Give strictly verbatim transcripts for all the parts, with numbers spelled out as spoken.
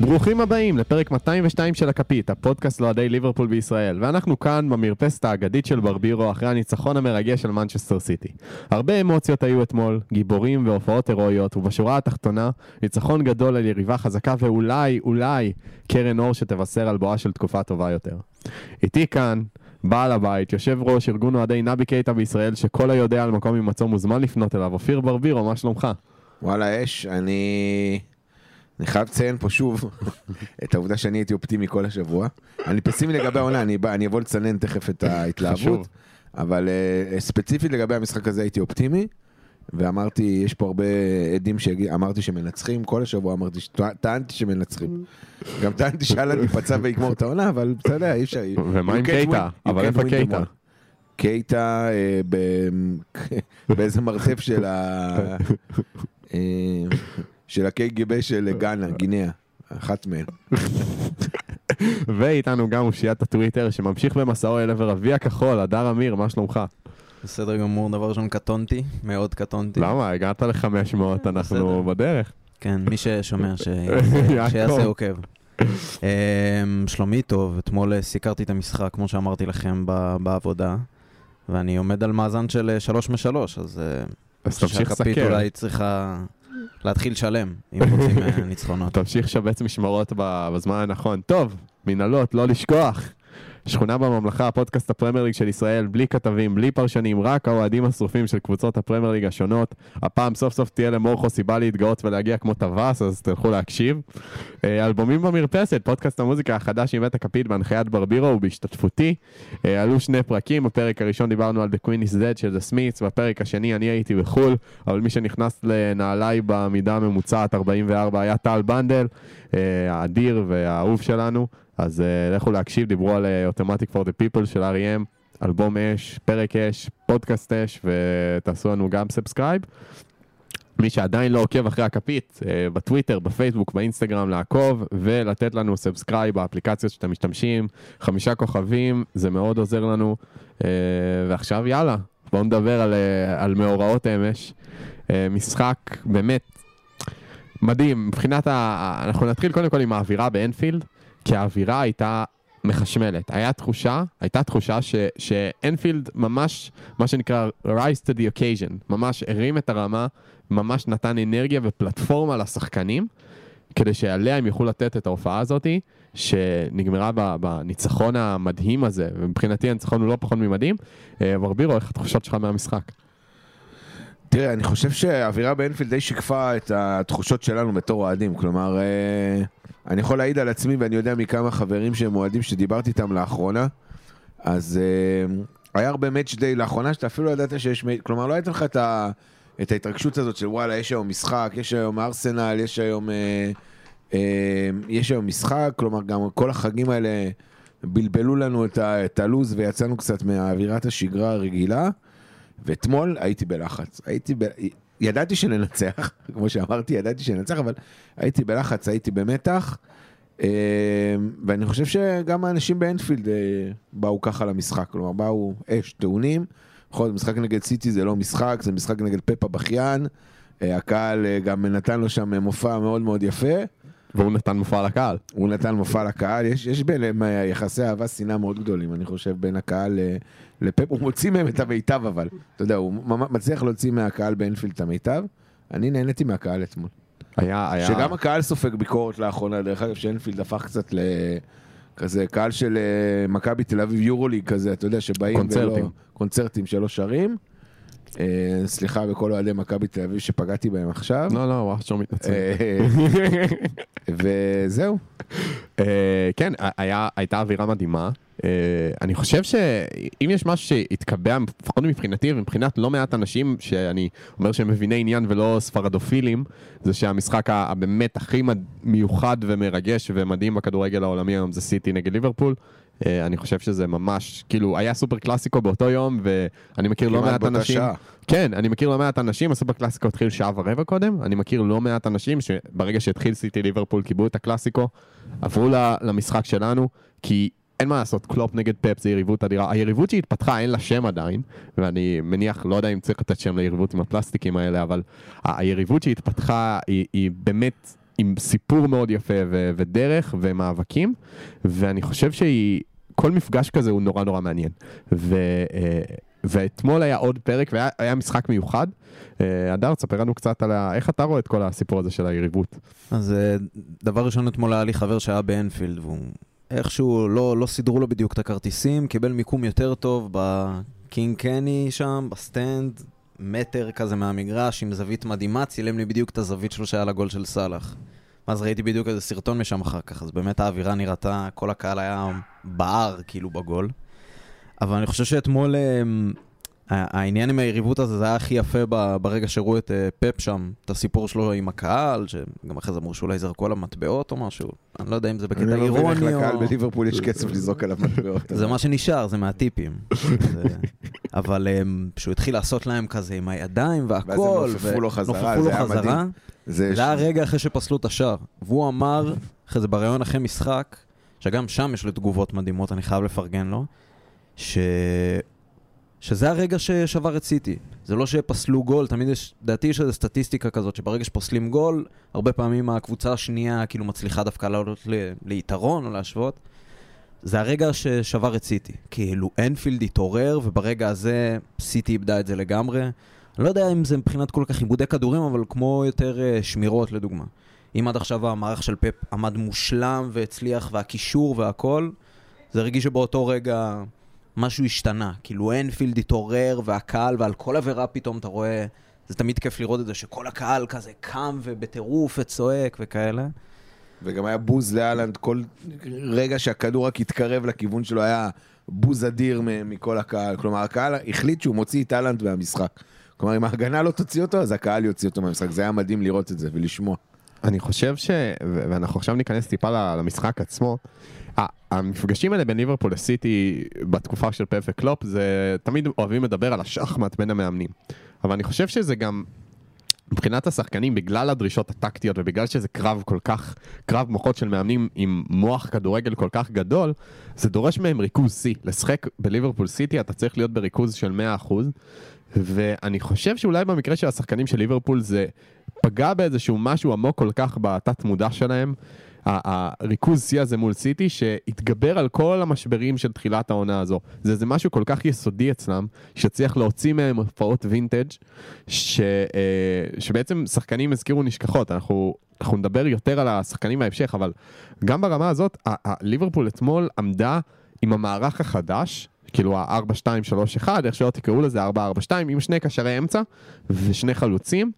ברוכים הבאים לפרק מאתיים ושתיים של הכפית, הפודקאסט לאוהדי ליברפול בישראל, ואנחנו כאן במרפסת האגדית של ברבירו אחרי הניצחון המרגש של מנצ'סטר סיטי. הרבה אמוציות היו אתמול, גיבורים והופעות הירואיות, ובשורה התחתונה, ניצחון גדול על יריבה חזקה ואולי, אולי, קרן אור שתבשר על בואה של תקופה טובה יותר. איתי כאן, בעל הבית, יושב ראש ארגון אוהדי נבי קייטה בישראל, שכל היודע על מקום ממצוא מוזמן לפנות אליו. אופיר ברבירו, מה שלומך? וואלה, אש, אני... אני חייב לציין פה שוב את העובדה שאני הייתי אופטימי כל השבוע. אני פסימי לגבי העונה, אני, אני אבוא לצנן תכף את ההתלהבות, אבל uh, ספציפית לגבי המשחק הזה הייתי אופטימי, ואמרתי, יש פה הרבה עדים שאמרתי שמנצחים, כל השבוע אמרתי, טענתי שמנצחים. גם טענתי שאלן ייפצע ויגמור את העונה, אבל אתה יודע, אי אפשר. ומה עם קייטה? אבל איפה קייטה? קייטה באיזה מרתף של ה... של הקייג'יבי של גאנה, גינאה, אחת מהן. ואיתנו גם אושיית הטוויטר שממשיך במסעו אל עבר אבי הכחול, הדר אמיר, מה שלומך? בסדר גמור, דבר ראשון קטונתי, מאוד קטונתי. למה? הגעת ל-חמש מאות, אנחנו בדרך. כן, מי ששומע שיעשה עוקב. שלומי טוב, אתמול סיקרתי את המשחק, כמו שאמרתי לכם בעבודה, ואני עומד על מאזן של שלוש משלוש, אז תמשיך סקר. אולי צריכה... להתחיל שלם, אם רוצים ניצחונות. תמשיך שבץ משמרות בזמן הנכון. טוב, מנהלות, לא לשכוח. שכונה בממלכה, הפודקאסט הפרמייר ליג של ישראל, בלי כתבים, בלי פרשנים, רק האוהדים השרופים של קבוצות הפרמייר ליג השונות. הפעם סוף סוף תהיה למורחו סיבה להתגאות ולהגיע כמו טווס, אז תלכו להקשיב. אלבומים במרפסת, פודקאסט המוזיקה החדש עם בית הכפית בהנחיית ברבירו ובהשתתפותי. עלו שני פרקים, בפרק הראשון דיברנו על The Queen is Dead של The Smiths, בפרק השני אני הייתי בחול, אבל מי שנכנס לנעליי במידה הממוצעת ארבעים וארבע היה טל בנדל, האדיר והאהוב שלנו. אז uh, לכו להקשיב, דיברו על uh, Automatic for the People של אר אי אם, אלבום אש, פרק אש, פודקאסט אש, ותעשו לנו גם סאבסקרייב. מי שעדיין לא עוקב אחרי הכפית, uh, בטוויטר, בפייסבוק, באינסטגרם, לעקוב ולתת לנו סאבסקרייב באפליקציות שאתם משתמשים, חמישה כוכבים, זה מאוד עוזר לנו. Uh, ועכשיו יאללה, בואו נדבר על, uh, על מאורעות אמש. Uh, משחק באמת מדהים, מבחינת ה... אנחנו נתחיל קודם כל עם האווירה באנפילד, כי האווירה הייתה מחשמלת. היה תחושה, הייתה תחושה ש, שאנפילד ממש, מה שנקרא rise to the occasion, ממש הרים את הרמה, ממש נתן אנרגיה ופלטפורמה לשחקנים, כדי שעליה הם יוכלו לתת את ההופעה הזאת, שנגמרה בניצחון המדהים הזה, ומבחינתי הניצחון הוא לא פחות ממדהים. ברבירו, איך התחושות שלך מהמשחק? תראה, אני חושב שהאווירה באנפילד די שיקפה את התחושות שלנו בתור אוהדים, כלומר... אני יכול להעיד על עצמי, ואני יודע מכמה חברים שהם אוהדים שדיברתי איתם לאחרונה, אז uh, היה הרבה מאץ' דיי לאחרונה, שאתה אפילו לא ידעת שיש מאץ', כלומר לא הייתה לך את, ה, את ההתרגשות הזאת של וואלה, יש היום משחק, יש היום ארסנל, יש היום, uh, uh, יש היום משחק, כלומר גם כל החגים האלה בלבלו לנו את, ה, את הלוז, ויצאנו קצת מהאווירת השגרה הרגילה, ואתמול הייתי בלחץ, הייתי ב... ידעתי שננצח, כמו שאמרתי, ידעתי שננצח, אבל הייתי בלחץ, הייתי במתח, ואני חושב שגם האנשים באנפילד באו ככה למשחק, כלומר, באו אש, טעונים, בכל משחק נגד סיטי זה לא משחק, זה משחק נגד פפה בכיין, הקהל גם נתן לו שם מופע מאוד מאוד יפה. והוא נתן מופע לקהל. הוא נתן מופע לקהל, יש, יש בין יחסי אהבה שנאה מאוד גדולים, אני חושב, בין הקהל לפפ, הוא מוציא מהם את המיטב, אבל, אתה יודע, הוא מצליח להוציא מהקהל באנפילד את המיטב, אני נהניתי מהקהל אתמול. היה, היה... שגם הקהל סופג ביקורת לאחרונה, דרך אגב, שאנפילד הפך קצת לכזה, קהל של מכבי תל אביב יורוליג כזה, אתה יודע, שבאים קונצרטים. ולא, קונצרטים שלא שרים, סליחה בכל אוהדי מכבי תל אביב שפגעתי בהם עכשיו. לא, לא, וואו, שום מתנצל. וזהו. כן, הייתה אווירה מדהימה. אני חושב שאם יש משהו שהתקבע, לפחות מבחינתי ומבחינת לא מעט אנשים, שאני אומר שהם מביני עניין ולא ספרדופילים, זה שהמשחק הבאמת הכי מיוחד ומרגש ומדהים בכדורגל העולמי היום זה סיטי נגד ליברפול. אני חושב שזה ממש, כאילו, היה סופר קלאסיקו באותו יום, ואני מכיר לא מעט אנשים... כן, אני מכיר לא מעט אנשים, הסופר קלאסיקו התחיל שעה ורבע קודם, אני מכיר לא מעט אנשים שברגע שהתחיל סיטי ליברפול קיבלו את הקלאסיקו, עברו למשחק שלנו, כי אין מה לעשות, קלופ נגד פפ זה יריבות אדירה. היריבות שהתפתחה אין לה שם עדיין, ואני מניח, לא יודע אם צריך לתת שם ליריבות עם הפלסטיקים האלה, אבל היריבות שהתפתחה היא, היא באמת עם סיפור מאוד יפה ו- ודרך ומאבקים, ואני חושב שהיא, כל מפגש כזה הוא נורא נורא מעניין. ו... ואתמול היה עוד פרק, והיה משחק מיוחד. אדר, תספר לנו קצת על איך אתה רואה את כל הסיפור הזה של היריבות. אז דבר ראשון, אתמול היה לי חבר שהיה באנפילד, והוא איכשהו לא, לא סידרו לו בדיוק את הכרטיסים, קיבל מיקום יותר טוב בקינג קני שם, בסטנד, מטר כזה מהמגרש, עם זווית מדהימה, צילם לי בדיוק את הזווית שלו שהיה לגול של סלאח. אז ראיתי בדיוק איזה סרטון משם אחר כך, אז באמת האווירה נראתה, כל הקהל היה בער כאילו בגול. אבל אני חושב שאתמול העניין עם היריבות הזה, זה היה הכי יפה ברגע שראו את פפ שם, את הסיפור שלו עם הקהל, שגם אחרי זה אמרו שאולי זרקו עליו מטבעות או משהו, אני לא יודע אם זה בקטע אירוני או... אני לא מבין איך לקהל בליברפול יש קצב לזרוק עליו מטבעות. זה מה שנשאר, זה מהטיפים. אבל שהוא התחיל לעשות להם כזה עם הידיים והכל, ואז הם נופפו לו חזרה, זה היה מדהים. זה היה רגע אחרי שפסלו את השער, והוא אמר, אחרי זה בראיון אחרי משחק, שגם שם יש לו תגובות מדהימות, אני חייב לפרגן לו, ש... שזה הרגע ששבר את סיטי. זה לא שפסלו גול, תמיד יש, דעתי יש איזו סטטיסטיקה כזאת, שברגע שפוסלים גול, הרבה פעמים הקבוצה השנייה כאילו מצליחה דווקא לעלות ליתרון או להשוות. זה הרגע ששבר את סיטי. כאילו אנפילד התעורר, וברגע הזה סיטי איבדה את זה לגמרי. אני לא יודע אם זה מבחינת כל כך עיבודי כדורים, אבל כמו יותר שמירות לדוגמה. אם עד עכשיו המערך של פפ עמד מושלם והצליח, והקישור והכל, זה רגיש שבאותו רגע משהו השתנה. כאילו אנפילד התעורר, והקהל, ועל כל עבירה פתאום אתה רואה, זה תמיד כיף לראות את זה, שכל הקהל כזה קם ובטירוף וצועק וכאלה. וגם היה בוז לאלנד, כל רגע שהכדור רק התקרב לכיוון שלו, היה בוז אדיר מכל הקהל. כלומר, הקהל החליט שהוא מוציא את אלנד מהמשחק. כלומר, אם ההגנה לא תוציא אותו, אז הקהל יוציא אותו מהמשחק. זה היה מדהים לראות את זה ולשמוע. אני חושב ש... ואנחנו עכשיו ניכנס טיפה למשחק עצמו. המפגשים האלה בין ליברפול לסיטי בתקופה של פפ וקלופ, זה תמיד אוהבים לדבר על השחמט בין המאמנים. אבל אני חושב שזה גם, מבחינת השחקנים, בגלל הדרישות הטקטיות ובגלל שזה קרב כל כך, קרב מוחות של מאמנים עם מוח כדורגל כל כך גדול, זה דורש מהם ריכוז C. לשחק בליברפול סיטי אתה צריך להיות בריכוז של מאה אחוז, ואני חושב שאולי במקרה של השחקנים של ליברפול זה פגע באיזשהו משהו עמוק כל כך בתת מודע שלהם, הריכוז C הזה מול סיטי שהתגבר על כל המשברים של תחילת העונה הזו. זה, זה משהו כל כך יסודי אצלם, שצריך להוציא מהם הופעות וינטג' ש, שבעצם שחקנים הזכירו נשכחות. אנחנו, אנחנו נדבר יותר על השחקנים בהמשך, אבל גם ברמה הזאת, ליברפול אתמול עמדה עם המערך החדש, כאילו ה-ארבע שתיים שלוש אחת, איך שלא תקראו לזה, ארבע ארבע שתיים, עם שני קשרי אמצע ושני חלוצים,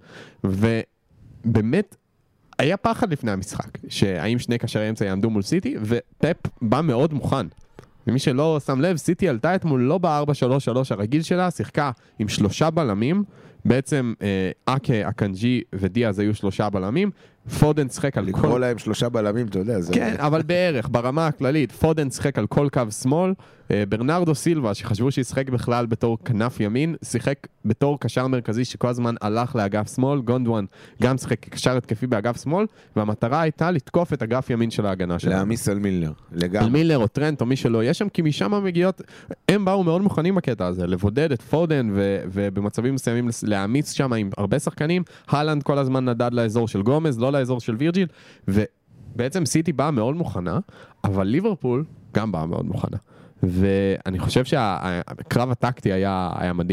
ובאמת היה פחד לפני המשחק, שהאם שני קשרי אמצע יעמדו מול סיטי, ופפ בא מאוד מוכן. ומי שלא שם לב, סיטי עלתה אתמול לא ב-ארבע שלוש שלוש הרגיל שלה, שיחקה עם שלושה בלמים, בעצם אקה, אקנג'י ודיאז היו שלושה בלמים, פודן שחק על כל... לקרוא להם שלושה בלמים, אתה יודע. כן, אבל בערך, ברמה הכללית, פודן שחק על כל קו שמאל, ברנרדו סילבה, שחשבו שישחק בכלל בתור כנף ימין, שיחק בתור קשר מרכזי שכל הזמן הלך לאגף שמאל, גונדואן גם שחק קשר התקפי באגף שמאל, והמטרה הייתה לתקוף את אגף ימין של ההגנה שלנו. להעמיס על מילנר, לגמרי. על מילנר או טרנט או מי שלא, יש שם, כי משם מגיעות, הם באו מאוד מוכנים בקטע הזה, לבודד את פודן ו- ובמצבים מסוימים להעמיס שם עם הרבה שחקנים, הלנד כל הזמן נדד לאזור של גומז, לא לאזור של וירג'יל, ובעצם סיטי באה מאוד מוכנה, אבל ליברפול גם באה מאוד מוכנה. ואני חושב שהקרב הטקטי היה, היה מדהים.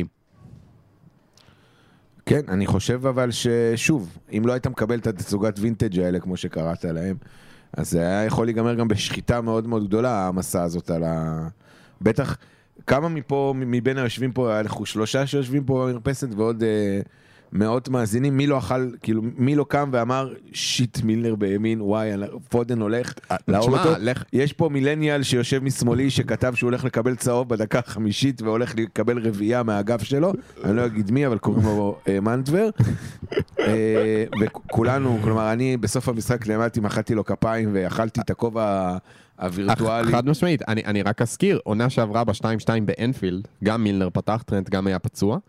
כן, אני חושב אבל ששוב, אם לא היית מקבל את התצוגת וינטג' האלה, כמו שקראת עליהם, אז זה היה יכול להיגמר גם בשחיטה מאוד מאוד גדולה, המסע הזאת על ה... בטח, כמה מפה, מבין היושבים פה, אנחנו שלושה שיושבים פה במרפסת, ועוד אה, מאות מאזינים, מי לא אכל, כאילו, מי לא קם ואמר, שיט מילנר בימין, וואי, פודן הולך להרוג אותו. יש פה מילניאל שיושב משמאלי, שכתב שהוא הולך לקבל צהוב בדקה החמישית, והולך לקבל רביעייה מהאגף שלו, אני לא אגיד מי, אבל קוראים לו מנטבר. וכולנו, כלומר, אני בסוף המשחק נעמדתי, מחאתי לו כפיים, ואכלתי את הכובע הווירטואלי. חד משמעית, אני, אני רק אזכיר, עונה שעברה ב-שתיים שתיים באנפילד, גם מילנר פתח, טרנט גם היה פצוע,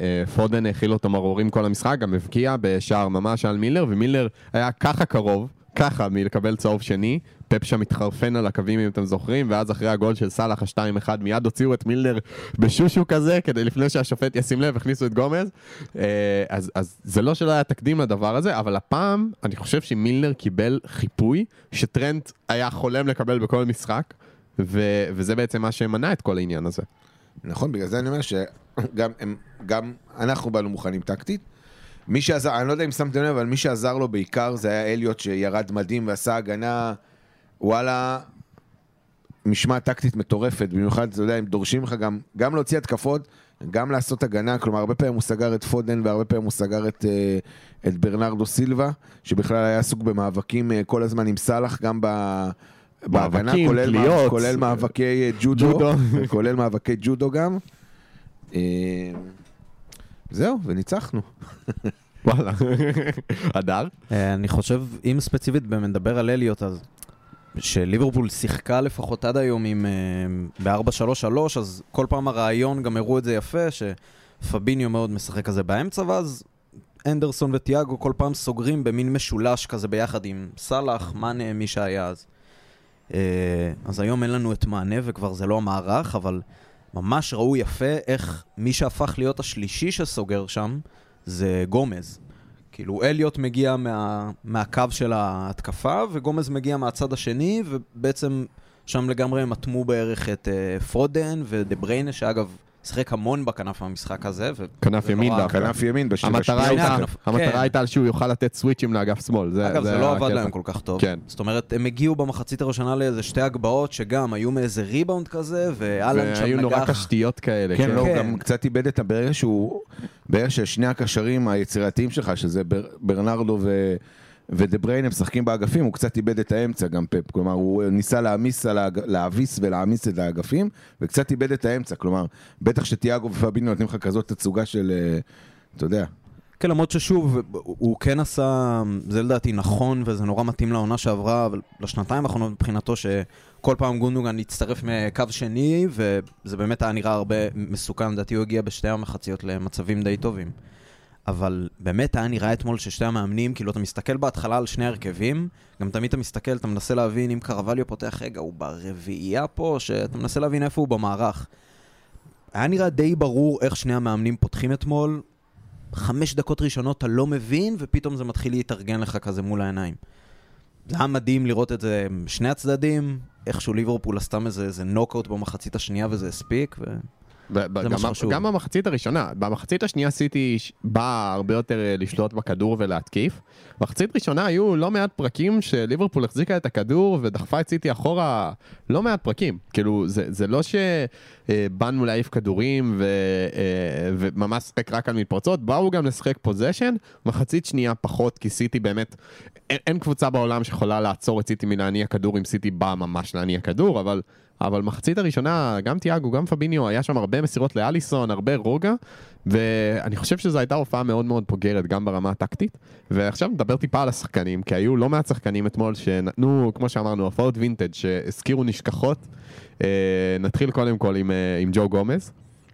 ופודן הכיל אותו מרורים כל המשחק, גם הבקיע בשער ממש על מילנר, ומילנר היה ככה קרוב, ככה מלקבל צהוב שני, פפ שם מתחרפן על הקווים אם אתם זוכרים, ואז אחרי הגול של סלאח ה-שתיים אחד מיד הוציאו את מילנר בשושו כזה, כדי לפני שהשופט ישים לב, הכניסו את גומז. אז, אז זה לא שלא היה תקדים לדבר הזה, אבל הפעם אני חושב שמילנר קיבל חיפוי, שטרנט היה חולם לקבל בכל משחק, ו- וזה בעצם מה שמנע את כל העניין הזה. נכון, בגלל זה אני אומר שגם הם, גם אנחנו באנו מוכנים טקטית. מי שעזר, אני לא יודע אם שמתם לב, אבל מי שעזר לו בעיקר זה היה אליוט שירד מדהים ועשה הגנה, וואלה, משמעת טקטית מטורפת, במיוחד, אתה יודע, הם דורשים לך גם, גם להוציא התקפות, גם לעשות הגנה, כלומר, הרבה פעמים הוא סגר את פודן, והרבה פעמים הוא סגר את, את ברנרדו סילבה, שבכלל היה סוג במאבקים כל הזמן עם סלאח, גם ב... בהגנה, כולל, קליות, כולל מאבקי ג'ודו, ג'ודו. כולל מאבקי ג'ודו גם. זהו, וניצחנו. וואלה. הדר? אני חושב, אם ספציפית במדבר על אליוט, אז שליברפול שיחקה לפחות עד היום עם ב-ארבע שלוש שלוש, אז כל פעם הרעיון גם הראו את זה יפה, שפביניו מאוד משחק כזה באמצע, ואז אנדרסון וטיאגו כל פעם סוגרים במין משולש כזה ביחד עם סלאח, מאנה, מי שהיה אז. אז היום אין לנו את מענה וכבר זה לא המערך, אבל ממש ראו יפה איך מי שהפך להיות השלישי שסוגר שם זה גומז. כאילו אליוט מגיע מה, מהקו של ההתקפה וגומז מגיע מהצד השני, ובעצם שם לגמרי הם אטמו בערך את uh, פרודן ודבריינה, שאגב שחק המון בכנף המשחק הזה. כנף ימין, כנף ימין. המטרה הייתה שהוא יוכל לתת סוויצ'ים לאגף שמאל. אגב, זה לא עבד להם כל כך טוב. זאת אומרת, הם הגיעו במחצית הראשונה לאיזה שתי הגבעות, שגם היו מאיזה ריבאונד כזה, ואלן שם נגח. והיו נורא קשתיות כאלה. כן, לא, גם קצת איבד את הברגע שהוא, ברגע ששני הקשרים היצירתיים שלך, שזה ברנרדו ו... ודבריין הם משחקים באגפים, הוא קצת איבד את האמצע גם פפ, כלומר הוא ניסה להעמיס, להעביס ולהעמיס את האגפים, וקצת איבד את האמצע, כלומר בטח שטיאגו ופביניו נותנים לך כזאת תצוגה של, אתה יודע. כן, למרות ששוב, הוא כן עשה, זה לדעתי נכון, וזה נורא מתאים לעונה שעברה, אבל לשנתיים האחרונות מבחינתו שכל פעם גונדוגן יצטרף מקו שני, וזה באמת היה נראה הרבה מסוכן, לדעתי הוא הגיע בשתי המחציות למצבים די טובים. אבל באמת היה נראה אתמול ששתי המאמנים, כאילו אתה מסתכל בהתחלה על שני הרכבים, גם תמיד אתה מסתכל, אתה מנסה להבין אם קרווליו פותח רגע, הוא ברביעייה פה, שאתה מנסה להבין איפה הוא במערך. היה נראה די ברור איך שני המאמנים פותחים אתמול, חמש דקות ראשונות אתה לא מבין, ופתאום זה מתחיל להתארגן לך כזה מול העיניים. זה היה מדהים לראות את זה שני הצדדים, איכשהו ליברפול עשתם איזה, איזה נוקאוט במחצית השנייה וזה הספיק, ו... גם, גם במחצית הראשונה, במחצית השנייה סיטי באה הרבה יותר לשלוט בכדור ולהתקיף. במחצית ראשונה היו לא מעט פרקים שליברפול החזיקה את הכדור ודחפה את סיטי אחורה, לא מעט פרקים. כאילו זה, זה לא שבאנו להעיף כדורים ו, וממש שחק רק על מתפרצות, באו גם לשחק פוזיישן, מחצית שנייה פחות, כי סיטי באמת, אין, אין קבוצה בעולם שיכולה לעצור את סיטי מלהניע כדור אם סיטי בא ממש להניע כדור, אבל אבל מחצית הראשונה, גם טיאגו, גם פביניו, היה שם הרבה מסירות לאליסון, הרבה רוגע, ואני חושב שזו הייתה הופעה מאוד מאוד פוגרת, גם ברמה הטקטית. ועכשיו נדבר טיפה על השחקנים, כי היו לא מעט שחקנים אתמול שנתנו, כמו שאמרנו, הופעות וינטג' שהזכירו נשכחות. נתחיל קודם כל עם, עם ג'ו גומז,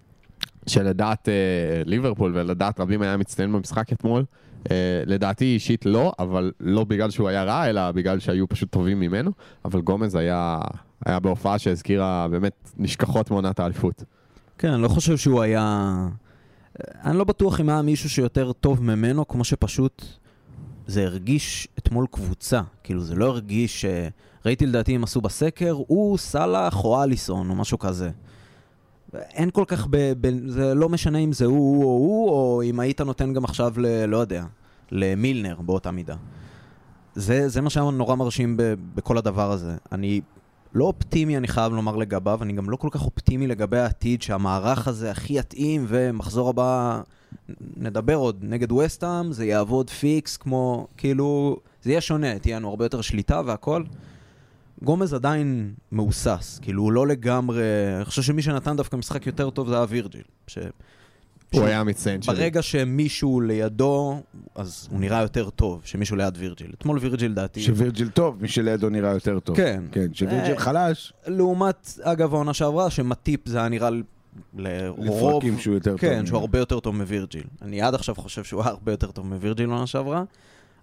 שלדעת ליברפול ולדעת רבים היה מצטיין במשחק אתמול. לדעתי אישית לא, אבל לא בגלל שהוא היה רע, אלא בגלל שהיו פשוט טובים ממנו. אבל גומז היה... היה בהופעה שהזכירה באמת נשכחות מעונת האליפות. כן, אני לא חושב שהוא היה... אני לא בטוח אם היה מישהו שיותר טוב ממנו, כמו שפשוט זה הרגיש אתמול קבוצה. כאילו זה לא הרגיש... ראיתי לדעתי אם עשו בסקר, הוא סלאח או אליסון או משהו כזה. אין כל כך... ב... ב... זה לא משנה אם זה הוא או הוא, או אם היית נותן גם עכשיו ל... לא יודע, למילנר באותה מידה. זה, זה מה שהיה נורא מרשים ב... בכל הדבר הזה. אני... לא אופטימי, אני חייב לומר לגביו, אני גם לא כל כך אופטימי לגבי העתיד, שהמערך הזה הכי יתאים, ומחזור הבא, נדבר עוד, נגד ווסטהאם, זה יעבוד פיקס, כמו, כאילו, זה יהיה שונה, תהיה לנו הרבה יותר שליטה והכל. גומז עדיין מאוסס, כאילו, הוא לא לגמרי, אני חושב שמי שנתן דווקא משחק יותר טוב, זה היה וירג'יל, ש... הוא היה מציין שלי. ברגע שמישהו לידו, אז הוא נראה יותר טוב, שמישהו ליד וירג'יל. אתמול וירג'יל דעתי... שווירג'יל טוב, מי שלידו נראה יותר טוב. כן. כן, שווירג'יל חלש. לעומת, אגב, העונה שעברה, שמטיפ זה היה נראה לרוב... לפרקים שהוא יותר טוב. כן, שהוא הרבה יותר טוב מווירג'יל. אני עד עכשיו חושב שהוא היה הרבה יותר טוב מווירג'יל בעונה שעברה,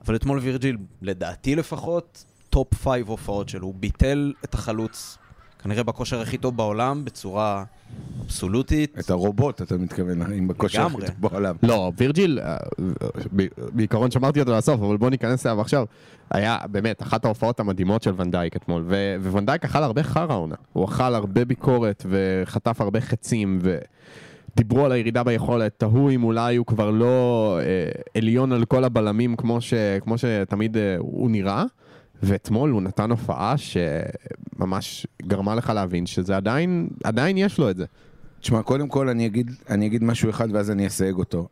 אבל אתמול וירג'יל, לדעתי לפחות, טופ פייב הופעות שלו. הוא ביטל את החלוץ, כנראה בכושר הכי טוב בעולם, בצורה אבסולוטית. את הרובוט, אתה מתכוון, עם בכושר הכי טוב בעולם. לא, וירג'יל, בעיקרון שמרתי אותו לסוף, אבל בוא ניכנס אליו עכשיו. היה באמת אחת ההופעות המדהימות של ונדייק אתמול, וונדייק אכל הרבה חרא עונה. הוא אכל הרבה ביקורת וחטף הרבה חצים, ודיברו על הירידה ביכולת, תהו אם אולי הוא כבר לא עליון על כל הבלמים כמו שתמיד הוא נראה. ואתמול הוא נתן הופעה שממש גרמה לך להבין שזה עדיין, עדיין יש לו את זה. תשמע, קודם כל אני אגיד, אני אגיד משהו אחד ואז אני אסייג אותו.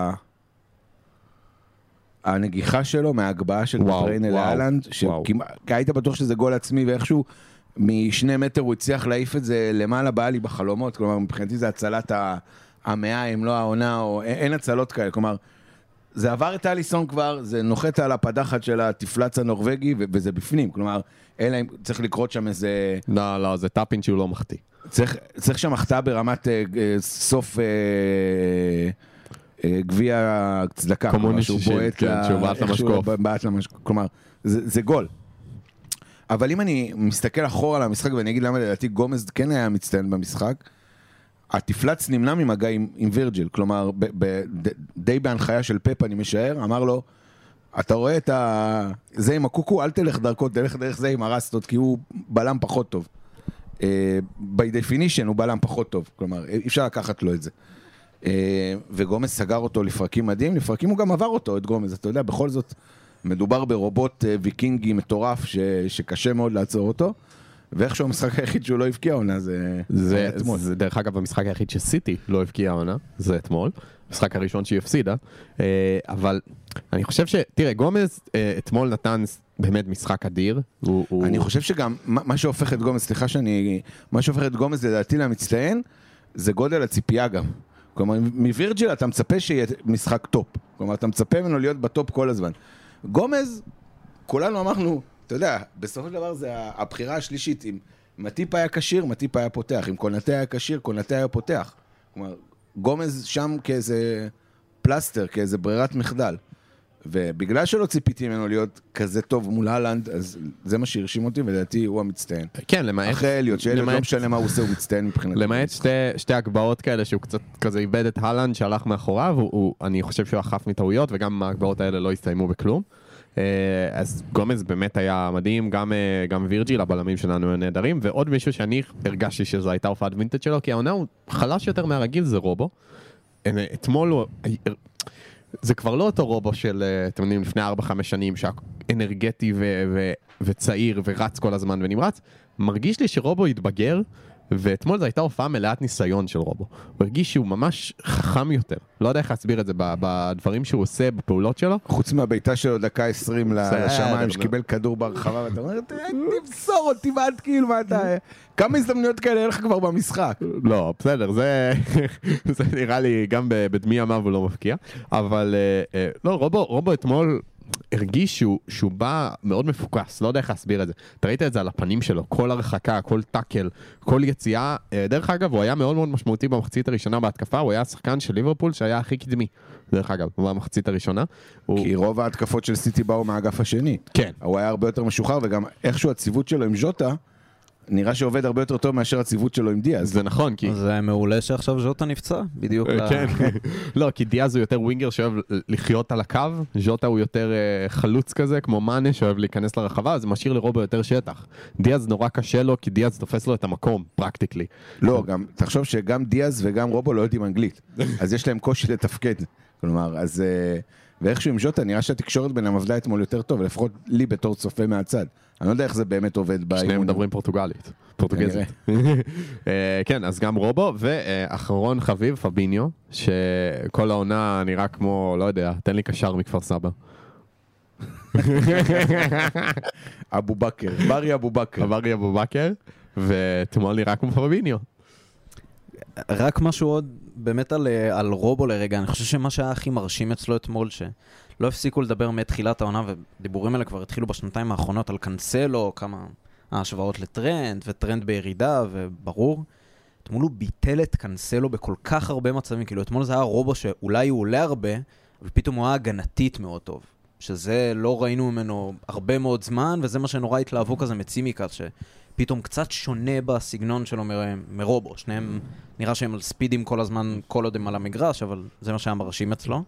הנגיחה שלו מההגבהה של בריינה לאלנד, שהיית בטוח שזה גול עצמי ואיכשהו משני מטר הוא הצליח להעיף את זה למעלה בא לי בחלומות, כלומר מבחינתי זה הצלת המאה אם לא העונה, או אין הצלות כאלה, כלומר זה עבר את אליסון כבר, זה נוחת על הפדחת של התפלץ הנורווגי, וזה בפנים, כלומר, אלא אם צריך לקרות שם איזה... לא, לא, זה טאפין שהוא לא מחטיא. צריך, צריך שם מחטאה ברמת אה, סוף אה, אה, גביע צדקה, כלומר, שהוא בועט כן, שהוא בעט למשקוף. בעט למשקוף, כלומר, זה, זה גול. אבל אם אני מסתכל אחורה על המשחק, ואני אגיד למה לדעתי גומז כן היה מצטיין במשחק, התפלץ נמנע ממגע עם, עם וירג'יל, כלומר, ב, ב, ד, די בהנחיה של פפ, אני משער, אמר לו, אתה רואה את ה... זה עם הקוקו, אל תלך דרכו, תלך דרך זה עם הרסטות, כי הוא בלם פחות טוב. Uh, by definition הוא בלם פחות טוב, כלומר, אי אפשר לקחת לו את זה. Uh, וגומז סגר אותו לפרקים מדהים, לפרקים הוא גם עבר אותו, את גומז, אתה יודע, בכל זאת, מדובר ברובוט uh, ויקינגי מטורף, ש, שקשה מאוד לעצור אותו, ואיכשהו המשחק היחיד שהוא לא הבקיע עונה, זה, זה אתמול. זה דרך אגב המשחק היחיד שסיטי לא הבקיע עונה, זה אתמול. המשחק הראשון שהיא הפסידה. אבל אני חושב ש... תראה, גומז אתמול נתן באמת משחק אדיר. אני חושב שגם מה שהופך את גומז, סליחה שאני... מה שהופך את גומז לדעתי למצטיין, זה גודל הציפייה גם. כלומר, מווירג'יל אתה מצפה שיהיה משחק טופ. כלומר, אתה מצפה ממנו להיות בטופ כל הזמן. גומז, כולנו אמרנו... אתה יודע, בסופו של דבר זה הבחירה השלישית, אם מטיפ היה קשיר, מטיפ היה פותח, אם קונטה היה קשיר, קונטה היה פותח. כלומר, גומז שם כאיזה פלסטר, כאיזה ברירת מחדל. ובגלל שלא ציפיתי ממנו להיות כזה טוב מול הלנד, אז זה מה שהרשים אותי, ולדעתי הוא המצטיין. כן, למעט... אחרי אליות, שאליות לא משנה מה הוא עושה, הוא מצטיין מבחינת... למעט שתי, שתי הגבעות כאלה, שהוא קצת כזה איבד את הלנד, שהלך מאחוריו, אני חושב שהוא החף מטעויות, וגם ההגבעות האלה לא הסתיימו בכלום. אז גומז באמת היה מדהים, גם, גם וירג'יל, הבלמים שלנו הם נהדרים, ועוד מישהו שאני הרגשתי שזו הייתה הופעת וינטג' שלו, כי העונה הוא חלש יותר מהרגיל, זה רובו. אתמול הוא... זה כבר לא אותו רובו של, אתם יודעים, לפני ארבע חמש שנים, שאנרגטי ו- ו- וצעיר ורץ כל הזמן ונמרץ. מרגיש לי שרובו התבגר, ואתמול זו הייתה הופעה מלאת ניסיון של רובו. הוא הרגיש שהוא ממש חכם יותר. לא יודע איך להסביר את זה בדברים שהוא עושה, בפעולות שלו. חוץ מהביתה שלו דקה עשרים לשמיים, שקיבל כדור ברחבה, ואתה אומר, תמסור אותי, ועד כאילו, מה אתה... כמה הזדמנויות כאלה אין לך כבר במשחק? לא, בסדר, זה נראה לי גם בדמי ימיו הוא לא מפקיע. אבל לא, רובו אתמול... הרגיש שהוא, שהוא בא מאוד מפוקס, לא יודע איך להסביר את זה. אתה ראית את זה על הפנים שלו, כל הרחקה, כל טאקל, כל יציאה. דרך אגב, הוא היה מאוד מאוד משמעותי במחצית הראשונה בהתקפה, הוא היה השחקן של ליברפול שהיה הכי קדמי. דרך אגב, במחצית הראשונה. כי הוא... רוב ההתקפות של סיטי באו מהאגף השני. כן. הוא היה הרבה יותר משוחרר, וגם איכשהו הציוות שלו עם ז'וטה, נראה שעובד הרבה יותר טוב מאשר הציוות שלו עם דיאז. זה נכון, כי... זה מעולה שעכשיו ז'וטה נפצע, בדיוק. כן. לא, כי דיאז הוא יותר ווינגר שאוהב לחיות על הקו, ז'וטה הוא יותר חלוץ כזה, כמו מאנה שאוהב להיכנס לרחבה, אז זה משאיר לרובו יותר שטח. דיאז נורא קשה לו, כי דיאז תופס לו את המקום, פרקטיקלי. לא, גם, תחשוב שגם דיאז וגם רובו לא יודעים אנגלית, אז יש להם קושי לתפקד. כלומר, אז... ואיכשהו עם ז'וטה, נראה שהתקשורת בין עבדה אתמול יותר טוב, לפחות לי בתור צופה מהצד. אני לא יודע איך זה באמת עובד באימון. שניהם מדברים פורטוגלית. פורטוגזית. כן, אז גם רובו, ואחרון חביב, פביניו, שכל העונה נראה כמו, לא יודע, תן לי קשר מכפר סבא. אבו בכר, ברי אבו בכר. ברי אבו בכר, ואתמול נראה כמו פביניו. רק משהו עוד באמת על, על רובו לרגע, אני חושב שמה שהיה הכי מרשים אצלו אתמול, שלא הפסיקו לדבר מתחילת העונה, ודיבורים האלה כבר התחילו בשנתיים האחרונות על קנסלו, כמה ההשוואות לטרנד, וטרנד בירידה, וברור. אתמול הוא ביטל את קנסלו בכל כך הרבה מצבים, כאילו אתמול זה היה רובו שאולי הוא עולה הרבה, אבל פתאום הוא היה הגנתית מאוד טוב. שזה לא ראינו ממנו הרבה מאוד זמן, וזה מה שנורא התלהבו כזה מצימקס, שפתאום קצת שונה בסגנון שלו מ- מרובו. שניהם, נראה שהם על ספידים כל הזמן, כל עוד הם על המגרש, אבל זה מה שהיה מרשים אצלו.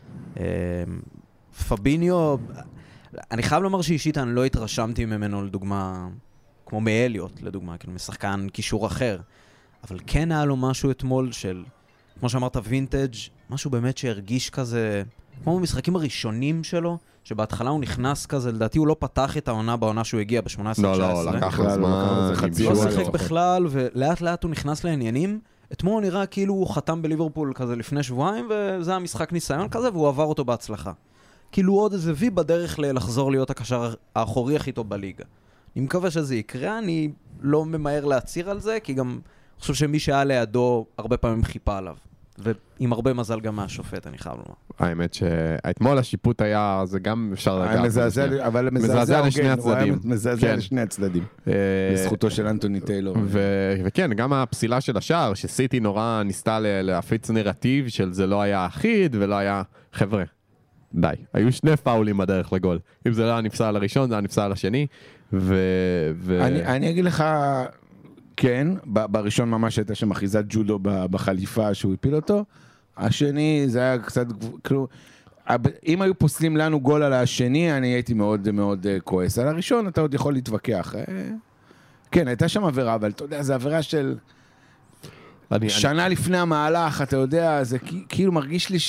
פביניו, אני חייב לומר שאישית אני לא התרשמתי ממנו לדוגמה, כמו מאליוט לדוגמה, כאילו משחקן קישור אחר, אבל כן היה לו משהו אתמול של, כמו שאמרת וינטג', משהו באמת שהרגיש כזה, כמו במשחקים הראשונים שלו, שבהתחלה הוא נכנס כזה, לדעתי הוא לא פתח את העונה בעונה שהוא הגיע ב-שמונה עשרה תשע עשרה. לא, לא, לקח לו זמן, לא שיחק בכלל, ולאט לאט הוא נכנס לעניינים. אתמול הוא נראה כאילו הוא חתם בליברפול כזה לפני שבועיים, וזה המשחק ניסיון כזה, והוא עבר אותו בהצלחה. כאילו עוד איזה וי בדרך לחזור להיות הקשר האחורי הכי טוב בליגה. אני מקווה שזה יקרה, אני לא ממהר להציר על זה, כי גם אני חושב שמי שהיה לידו הרבה פעמים חיפה עליו. ועם הרבה מזל גם מהשופט, אני חייב לומר. האמת שאתמול השיפוט היה, זה גם אפשר לגעת. מזעזע, אבל מזעזע לשני הצדדים. מזעזע לשני הצדדים. בזכותו של אנטוני טיילור. וכן, גם הפסילה של השער, שסיטי נורא ניסתה להפיץ נרטיב של זה לא היה אחיד ולא היה, חבר'ה, די. היו שני פאולים בדרך לגול. אם זה לא היה נפסל על הראשון, זה היה נפסל על השני. אני אגיד לך, כן, בראשון ממש הייתה שם אחיזת ג'ודו בחליפה שהוא הפיל אותו. השני זה היה קצת, כאילו, אם היו פוסלים לנו גול על השני, אני הייתי מאוד מאוד כועס. על הראשון אתה עוד יכול להתווכח. כן, הייתה שם עבירה, אבל אתה יודע, זה עבירה של שנה לפני המהלך, אתה יודע, זה כאילו מרגיש לי ש...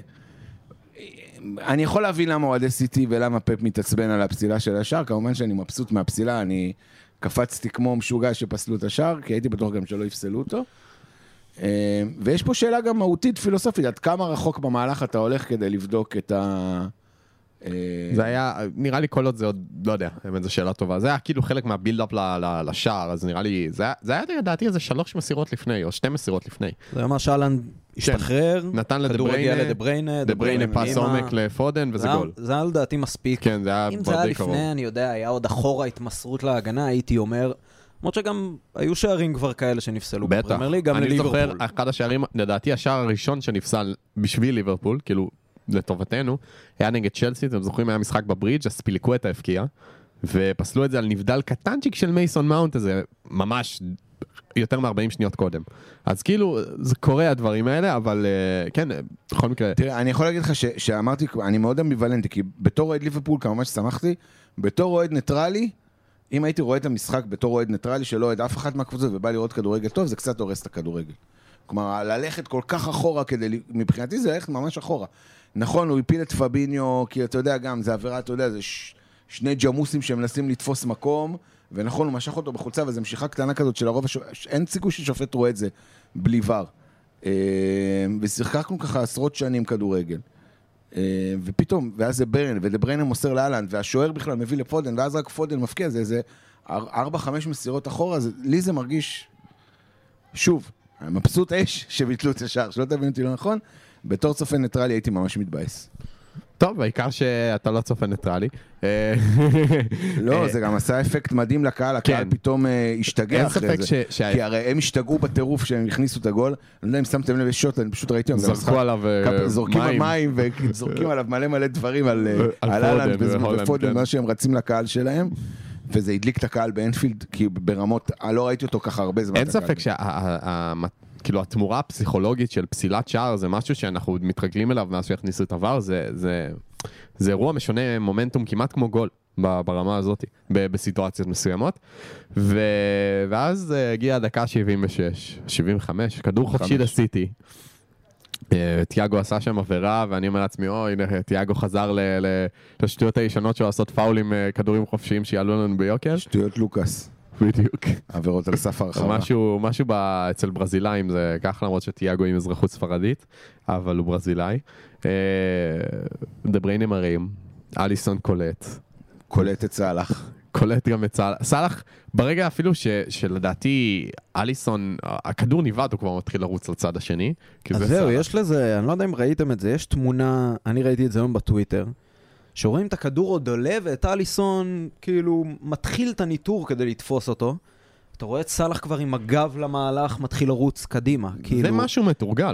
אני יכול להבין למה אוהדי סיטי ולמה פפ מתעצבן על הפסילה של השער, כמובן שאני מבסוט מהפסילה, אני קפצתי כמו משוגע שפסלו את השער, כי הייתי בטוח גם שלא יפסלו אותו. ויש פה שאלה גם מהותית, פילוסופית, עד כמה רחוק במהלך אתה הולך כדי לבדוק את ה... זה היה, נראה לי כל עוד זה עוד, לא יודע, באמת זו שאלה טובה, זה היה כאילו חלק מהבילדאפ לשער, אז נראה לי, זה היה לדעתי איזה שלוש מסירות לפני, או שתי מסירות לפני. זה היה מה שאלן השתחרר, נתן לדבריינה, דבריינה פס עומק לפודן, וזה גול. זה היה לדעתי מספיק. כן, זה היה אם זה היה לפני, אני יודע, היה עוד אחורה התמסרות להגנה, הייתי אומר, למרות שגם היו שערים כבר כאלה שנפסלו בפרמייר ליג, גם לליברפול. אני זוכר, אחד השערים, לדעתי השער הראשון שנפסל בשביל ליברפול, כאילו לטובתנו, היה נגד צ'לסי, אתם זוכרים, היה משחק בברידג', הספיליקווטה הפקיע, ופסלו את זה על נבדל קטנצ'יק של מייסון מאונט, הזה ממש יותר מ-ארבעים שניות קודם. אז כאילו, זה קורה הדברים האלה, אבל כן, בכל מקרה. תראה, אני יכול להגיד לך ש- שאמרתי, אני מאוד אמביוולנטי, כי בתור אוהד ליברפול, כמובן ששמחתי, בתור אוהד ניטרלי, אם הייתי רואה את המשחק בתור אוהד ניטרלי, שלא אוהד אף אחת מהקבוצות, ובא לראות כדורגל טוב, זה קצת הורס את הכדורגל. כלומר, ללכת כל כך אחורה כדי, מבחינתי זה ללכת ממש אחורה. נכון, הוא הפיל את פביניו, כי אתה יודע גם, זה עבירה, אתה יודע, זה ש... שני ג'מוסים שמנסים לתפוס מקום, ונכון, הוא משך אותו בחולצה, וזו משיכה קטנה כזאת של הרוב, הש... אין סיכוי ששופט רואה את זה בלי ור. ושיחקנו ככה עשרות שנים כדורגל. ופתאום, ואז זה ברן, ודבריינה מוסר לאלנד, והשוער בכלל מביא לפודן, ואז רק פודן מפקיע, זה איזה ארבע, חמש מסירות אחורה, זה... לי זה מרגיש, שוב, מבסוט אש שביטלו את השער, שלא תבין אותי לא נכון, בתור צופה ניטרלי הייתי ממש מתבאס. טוב, בעיקר שאתה לא צופה ניטרלי. לא, זה גם עשה אפקט מדהים לקהל, הקהל פתאום השתגע אחרי זה. כי הרי הם השתגעו בטירוף שהם הכניסו את הגול. אני לא יודע אם שמתם לב שוט, אני פשוט ראיתי. זרקו עליו מים. זורקים על מים וזורקים עליו מלא מלא דברים על אלנד ופודן, מה שהם רצים לקהל שלהם. וזה הדליק את הקהל באנפילד, כי ברמות, לא ראיתי אותו ככה הרבה זמן. אין ספק כאילו התמורה הפסיכולוגית של פסילת שער זה משהו שאנחנו מתרגלים אליו מאז שהכניסו את עבר, זה, זה, זה אירוע משונה מומנטום כמעט כמו גול ברמה הזאת, בסיטואציות מסוימות. ו, ואז הגיעה הדקה שבעים ושש, שבעים וחמש, כדור חופשי לסיטי. תיאגו עשה שם עבירה, ואני אומר לעצמי, אוי, הנה, תיאגו חזר ל, ל, לשטויות הישנות שלו לעשות פאולים, כדורים חופשיים שיעלו לנו ביוקר. שטויות לוקאס. בדיוק. עבירות על סף הרחבה. משהו, משהו אצל ברזילאים זה כך, למרות שתיאגו עם אזרחות ספרדית, אבל הוא ברזילאי. דבריינה מראים, אליסון קולט. קולט את סלאח. קולט גם את סלאח. סלאח, ברגע אפילו ש, שלדעתי אליסון, הכדור ניבד, הוא כבר מתחיל לרוץ לצד השני. אז זהו, יש לזה, אני לא יודע אם ראיתם את זה, יש תמונה, אני ראיתי את זה היום בטוויטר, שרואים את הכדור עוד עולה, ואת אליסון כאילו מתחיל את הניטור כדי לתפוס אותו. אתה רואה את סלאח כבר עם הגב למהלך, מתחיל לרוץ קדימה. זה משהו מתורגל.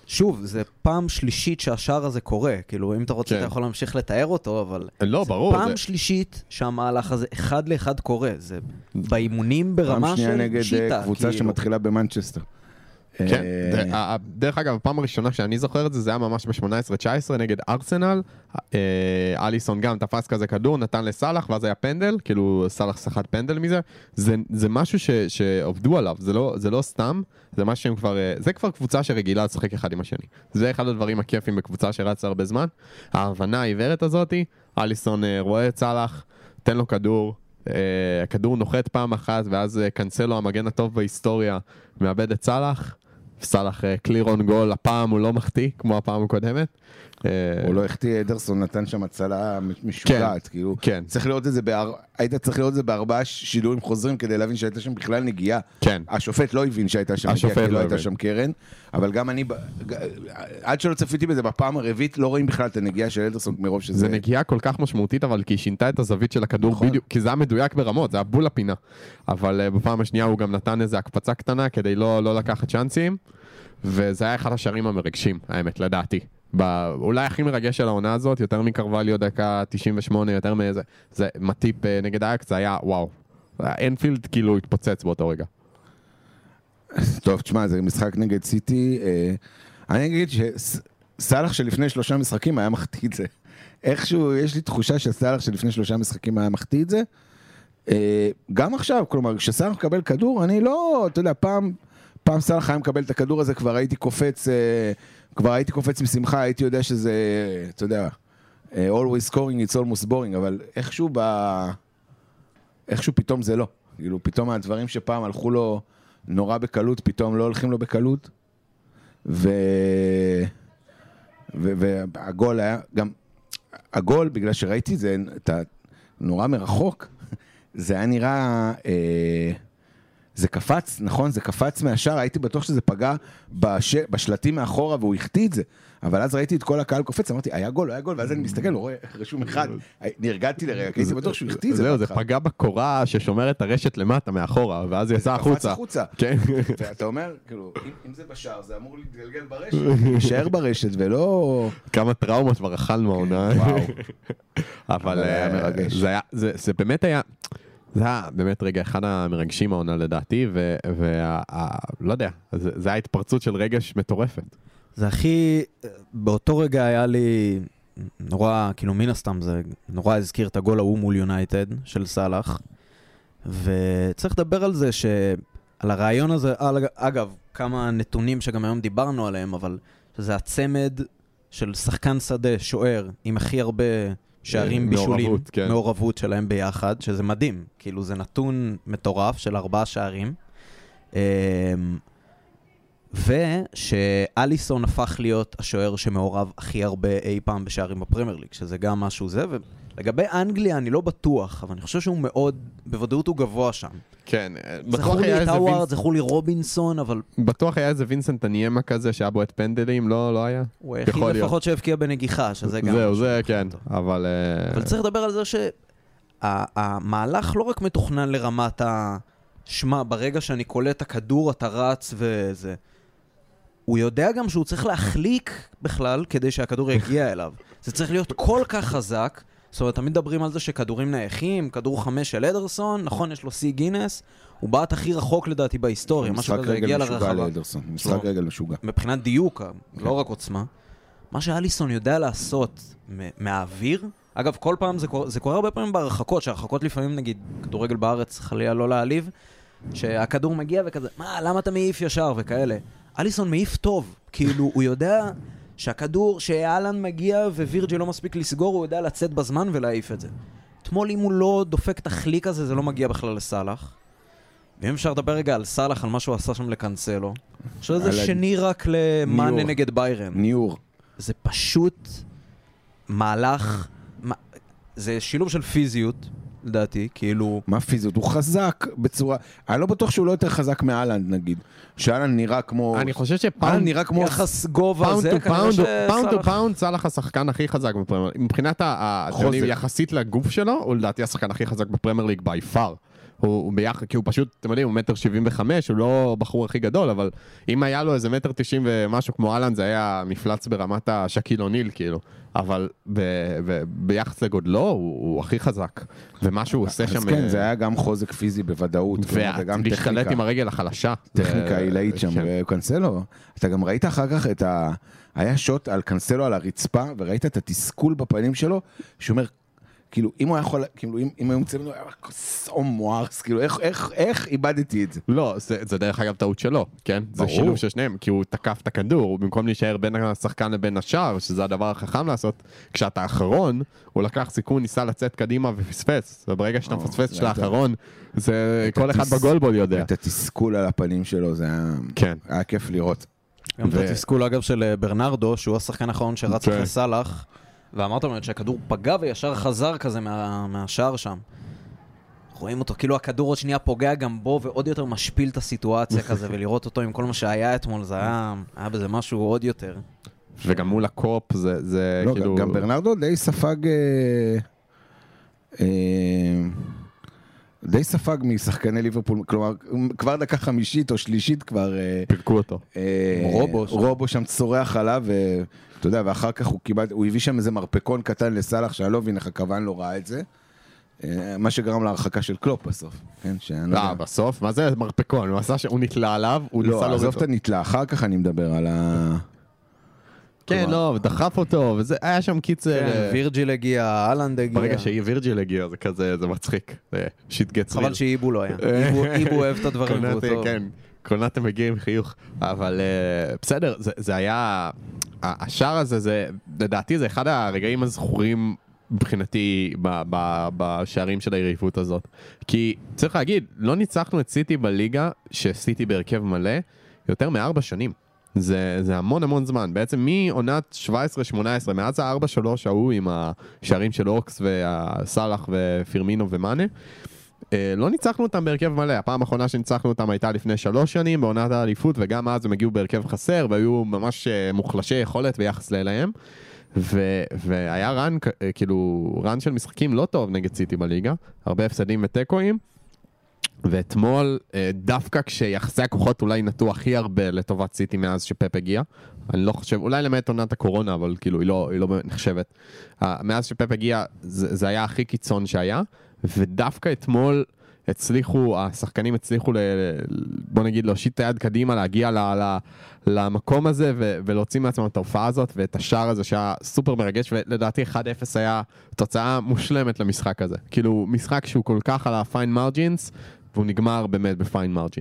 שוב, זה פעם שלישית שהשער הזה קורה, כאילו, אם אתה רוצה, כן. אתה יכול להמשיך לתאר אותו, אבל... לא, זה ברור. פעם זה... שלישית שהמהלך הזה אחד לאחד קורה, זה באימונים ברמה פעם שנייה של נגד שיטה, קבוצה כאילו. שמתחילה במנצ'סטר. כן, דרך אגב, הפעם הראשונה שאני זוכר את זה, זה היה ממש ב-שמונה עשרה תשע עשרה נגד ארסנל, אליסון גם תפס כזה כדור, נתן לסלח, ואז היה פנדל, כאילו סלח סחט פנדל מזה, זה משהו שעובדו עליו, זה לא סתם, זה משהו שהם כבר, זה כבר קבוצה שרגילה לשחק אחד עם השני, זה אחד הדברים הכיפים בקבוצה שרצה הרבה זמן, ההבנה העיוורת הזאת, אליסון רואה את סלח, תן לו כדור, הכדור נוחת פעם אחת, ואז קנסלו המגן הטוב בהיסטוריה, מאבד את סלח, סלח קליר און גול, הפעם הוא לא מחטיא, כמו הפעם הקודמת. הוא לא החטיא, אדרסון נתן שם הצלה משוגעת, כאילו, צריך לראות את זה, היית צריך לראות את זה בארבעה שידורים חוזרים, כדי להבין שהייתה שם בכלל נגיעה. השופט לא הבין שהייתה שם נגיעה, כי לא הייתה שם קרן, אבל גם אני, עד שלא צפיתי בזה, בפעם הרביעית לא רואים בכלל את הנגיעה של אדרסון מרוב שזה... זה נגיעה כל כך משמעותית, אבל כי היא שינתה את הזווית של הכדור בדיוק, כי זה היה מדויק ברמות, זה היה בול הפינה. אבל בפעם השנייה הוא גם נתן איזו הקפצה קטנה, כדי לא לקחת צ'אנסים, וזה היה אחד השערים המרגשים, האמת, לדעתי. אולי הכי מרגש של העונה הזאת, יותר מקרווליו דקה תשעים ושמונה, יותר מאיזה, זה מטיפ נגד אייקס, זה היה וואו. אנפילד כאילו התפוצץ באותו רגע. טוב, תשמע, זה משחק נגד סיטי. אני אגיד שסלח שלפני שלושה משחקים היה מחטיא את זה. איכשהו, יש לי תחושה שסלח שלפני שלושה משחקים היה מחטיא את זה. גם עכשיו, כלומר, כשסלח מקבל כדור, אני לא, אתה יודע, פעם... פעם סלח היה מקבל את הכדור הזה, כבר הייתי קופץ, כבר הייתי קופץ משמחה, הייתי יודע שזה, אתה יודע, always scoring, it's almost boring, אבל איכשהו ב... איכשהו פתאום זה לא. כאילו, פתאום הדברים שפעם הלכו לו נורא בקלות, פתאום לא הולכים לו בקלות, ו... ו... והגול היה, גם, הגול, בגלל שראיתי זה, אתה נורא מרחוק, זה היה נראה... אה... זה קפץ, נכון? זה קפץ מהשאר, הייתי בטוח שזה פגע בש... בשלטים מאחורה והוא החטיא את זה, אבל אז ראיתי את כל הקהל קופץ, אמרתי, היה גול, היה גול, ואז אני מסתכל, לא רואה רשום אחד, נרגעתי לרגע, כי הייתי בטוח שהוא החטיא את זה. זהו, זה פגע בקורה ששומרת הרשת למטה מאחורה, ואז יצא החוצה. החוצה. כן. ואתה אומר, כאילו, אם זה בשער, זה אמור להתגלגל ברשת, להישאר ברשת, ולא... כמה טראומות כבר אכלנו העונה. וואו. אבל זה באמת היה... זה היה באמת רגע אחד המרגשים העונה לדעתי, ולא יודע, זה היה התפרצות של רגש מטורפת. זה הכי, באותו רגע היה לי נורא, כאילו מן הסתם זה נורא הזכיר את הגול ההוא מול יונייטד של סלח, וצריך לדבר על זה שעל הרעיון הזה, אגב, כמה נתונים שגם היום דיברנו עליהם, אבל שזה הצמד של שחקן שדה, שוער, עם הכי הרבה... שערים בישולים, מעורבות, כן. מעורבות שלהם ביחד, שזה מדהים, כאילו זה נתון מטורף של ארבעה שערים, ושאליסון הפך להיות השוער שמעורב הכי הרבה אי פעם בשערים בפרמייר ליג, שזה גם משהו זה, ולגבי אנגליה אני לא בטוח, אבל אני חושב שהוא מאוד, בוודאות הוא גבוה שם. כן, זכור לי את האוורד, זכור לי רובינסון, אבל... בטוח היה איזה וינסנט הניאמה כזה שהיה בו את פנדלים, לא, לא היה? הוא היחיד לפחות שהבקיע בנגיחה, שזה גם... זהו, זה כן, אבל... אבל צריך לדבר על זה שהמהלך לא רק מתוכנן לרמת השמה, ברגע שאני קולט הכדור, אתה רץ וזה... הוא יודע גם שהוא צריך להחליק בכלל כדי שהכדור יגיע אליו. זה צריך להיות כל כך חזק, זאת אומרת, תמיד מדברים על זה שכדורים נייחים, כדור חמש של אדרסון, נכון, יש לו סי גינס, הוא בעט הכי רחוק לדעתי בהיסטוריה, משהו כזה הגיע לרחבה. משחק רגל משוגע לאדרסון, משחק רגל משוגע. מבחינת דיוק, לא רק עוצמה. מה שאליסון יודע לעשות מהאוויר, אגב, כל פעם זה קורה, זה קורה הרבה פעמים בהרחקות, שהרחקות לפעמים, נגיד, כדורגל בארץ חלילה לא להעליב, שהכדור מגיע וכזה, מה, למה אתה מעיף ישר וכאלה? אליסון מעיף טוב, כאילו הוא יודע שהכדור, שאלן מגיע ווירג'י לא מספיק לסגור, הוא יודע לצאת בזמן ולהעיף את זה. אתמול אם הוא לא דופק את החליק הזה, זה לא מגיע בכלל לסלח. ואם אפשר לדבר רגע על סלח, על מה שהוא עשה שם לקנסלו, עכשיו זה שני רק למאנה נגד ביירן. ניור. זה פשוט מהלך, זה שילוב של פיזיות, לדעתי, כאילו... מה פיזיות? הוא חזק בצורה... אני לא בטוח שהוא לא יותר חזק מאלנד, נגיד. שאלנד נראה כמו... אני חושב שפאונד נראה כמו... יחס גובה זה, כנראה ש... פאונד טו פאונד, סלח השחקן הכי חזק בפרמייר ליג. מבחינת היחסית לגוף שלו, הוא לדעתי השחקן הכי חזק בפרמייר ליג by far. הוא, הוא ביחד, כי הוא פשוט, אתם יודעים, הוא מטר שבעים וחמש, הוא לא הבחור הכי גדול, אבל אם היה לו איזה מטר תשעים ומשהו כמו אלן, זה היה מפלץ ברמת השקיל אוניל, כאילו. אבל ב, ב, ביחס לגודלו, הוא, הוא הכי חזק. ומה שהוא עושה שם... אז כן, זה היה גם חוזק פיזי בוודאות, וגם להשתלט עם הרגל החלשה. טכניקה עילאית שם, וקנסלו, אתה גם ראית אחר כך את ה... היה שוט על קנסלו על הרצפה, וראית את התסכול בפנים שלו, שאומר, כאילו, אם הוא יכול, כאילו, אם, אם היו מצלמים, הוא היה קוסום מוארס, כאילו, איך, איך, איך איבדתי את זה? לא, זה, זה דרך אגב טעות שלו, כן? ברור. זה שילוב של שניהם, כי הוא תקף את הכדור, במקום להישאר בין השחקן לבין השער, שזה הדבר החכם לעשות, כשאתה האחרון, הוא לקח סיכון, ניסה לצאת קדימה ופספס, וברגע שאתה מפספס של האחרון, זה כל אחד בגולבול יודע. את התסכול על הפנים שלו, זה היה, כן. היה כיף לראות. גם את התסכול אגב של ברנרדו, שהוא השחקן האחרון שרץ אחרי סלאח, ואמרת לו שהכדור פגע וישר חזר כזה מה, מהשער שם. רואים אותו, כאילו הכדור עוד שנייה פוגע גם בו ועוד יותר משפיל את הסיטואציה כזה, ולראות אותו עם כל מה שהיה אתמול, זה היה, היה בזה משהו עוד יותר. וגם מול הקופ זה, זה לא, כאילו... גם ברנרדו די ספג... אה, אה, די ספג משחקני ליברפול, כלומר, כבר דקה חמישית או שלישית כבר... פירקו אותו. רובו. רובו שם צורח עליו, ואתה יודע, ואחר כך הוא קיבל, הוא הביא שם איזה מרפקון קטן לסלאח, שאני לא מבין איך הכוון לא ראה את זה, מה שגרם להרחקה של קלופ בסוף. לא, בסוף? מה זה מרפקון? הוא עשה שהוא נתלה עליו, הוא ניסה לא, עזוב את הנתלה, אחר כך אני מדבר על ה... כן, לא, דחף אותו, וזה היה שם קיצר... כן, וירג'יל הגיע, אלנד הגיע. ברגע שהיא וירג'יל הגיע, זה כזה, זה מצחיק. שיט גץ חבל שאיבו לא היה. איבו אוהב את הדברים והוא טוב. כן, קולנתם מגיע עם חיוך. אבל בסדר, זה היה... השער הזה, זה, לדעתי, זה אחד הרגעים הזכורים מבחינתי בשערים של היריבות הזאת. כי צריך להגיד, לא ניצחנו את סיטי בליגה, שסיטי בהרכב מלא, יותר מארבע שנים. זה, זה המון המון זמן. בעצם מעונת שבע עשרה שמונה עשרה, מאז ה-ארבע שלוש ההוא עם השערים של אוקס והסלאח ופירמינו ומאנה, לא ניצחנו אותם בהרכב מלא. הפעם האחרונה שניצחנו אותם הייתה לפני שלוש שנים, בעונת האליפות, וגם אז הם הגיעו בהרכב חסר, והיו ממש מוחלשי יכולת ביחס אליהם. ו- והיה רן, כאילו, רן של משחקים לא טוב נגד סיטי בליגה, הרבה הפסדים וטקואים, ואתמול, דווקא כשיחסי הכוחות אולי נטו הכי הרבה לטובת סיטי מאז שפפ הגיע, אני לא חושב, אולי למעט עונת הקורונה, אבל כאילו היא לא, היא לא נחשבת. מאז שפפ הגיע, זה, זה היה הכי קיצון שהיה, ודווקא אתמול הצליחו, השחקנים הצליחו, ל, בוא נגיד, להושיט את היד קדימה, להגיע ל, ל, למקום הזה, ו, ולהוציא מעצמם את ההופעה הזאת, ואת השער הזה שהיה סופר מרגש, ולדעתי אחד אפס היה תוצאה מושלמת למשחק הזה. כאילו, משחק שהוא כל כך על הפיין מרג'ינס, והוא נגמר באמת בפיין מרג'ין.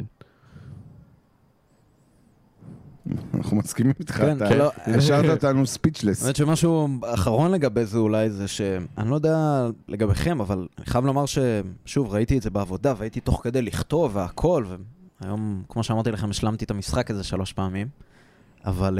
אנחנו מסכימים איתך, כן, אתה כאילו, השארת אותנו ספיצ'לס. האמת שמשהו אחרון לגבי זה אולי זה שאני לא יודע לגביכם, אבל אני חייב לומר ששוב, ראיתי את זה בעבודה, והייתי תוך כדי לכתוב והכל, והיום, כמו שאמרתי לכם, השלמתי את המשחק הזה שלוש פעמים, אבל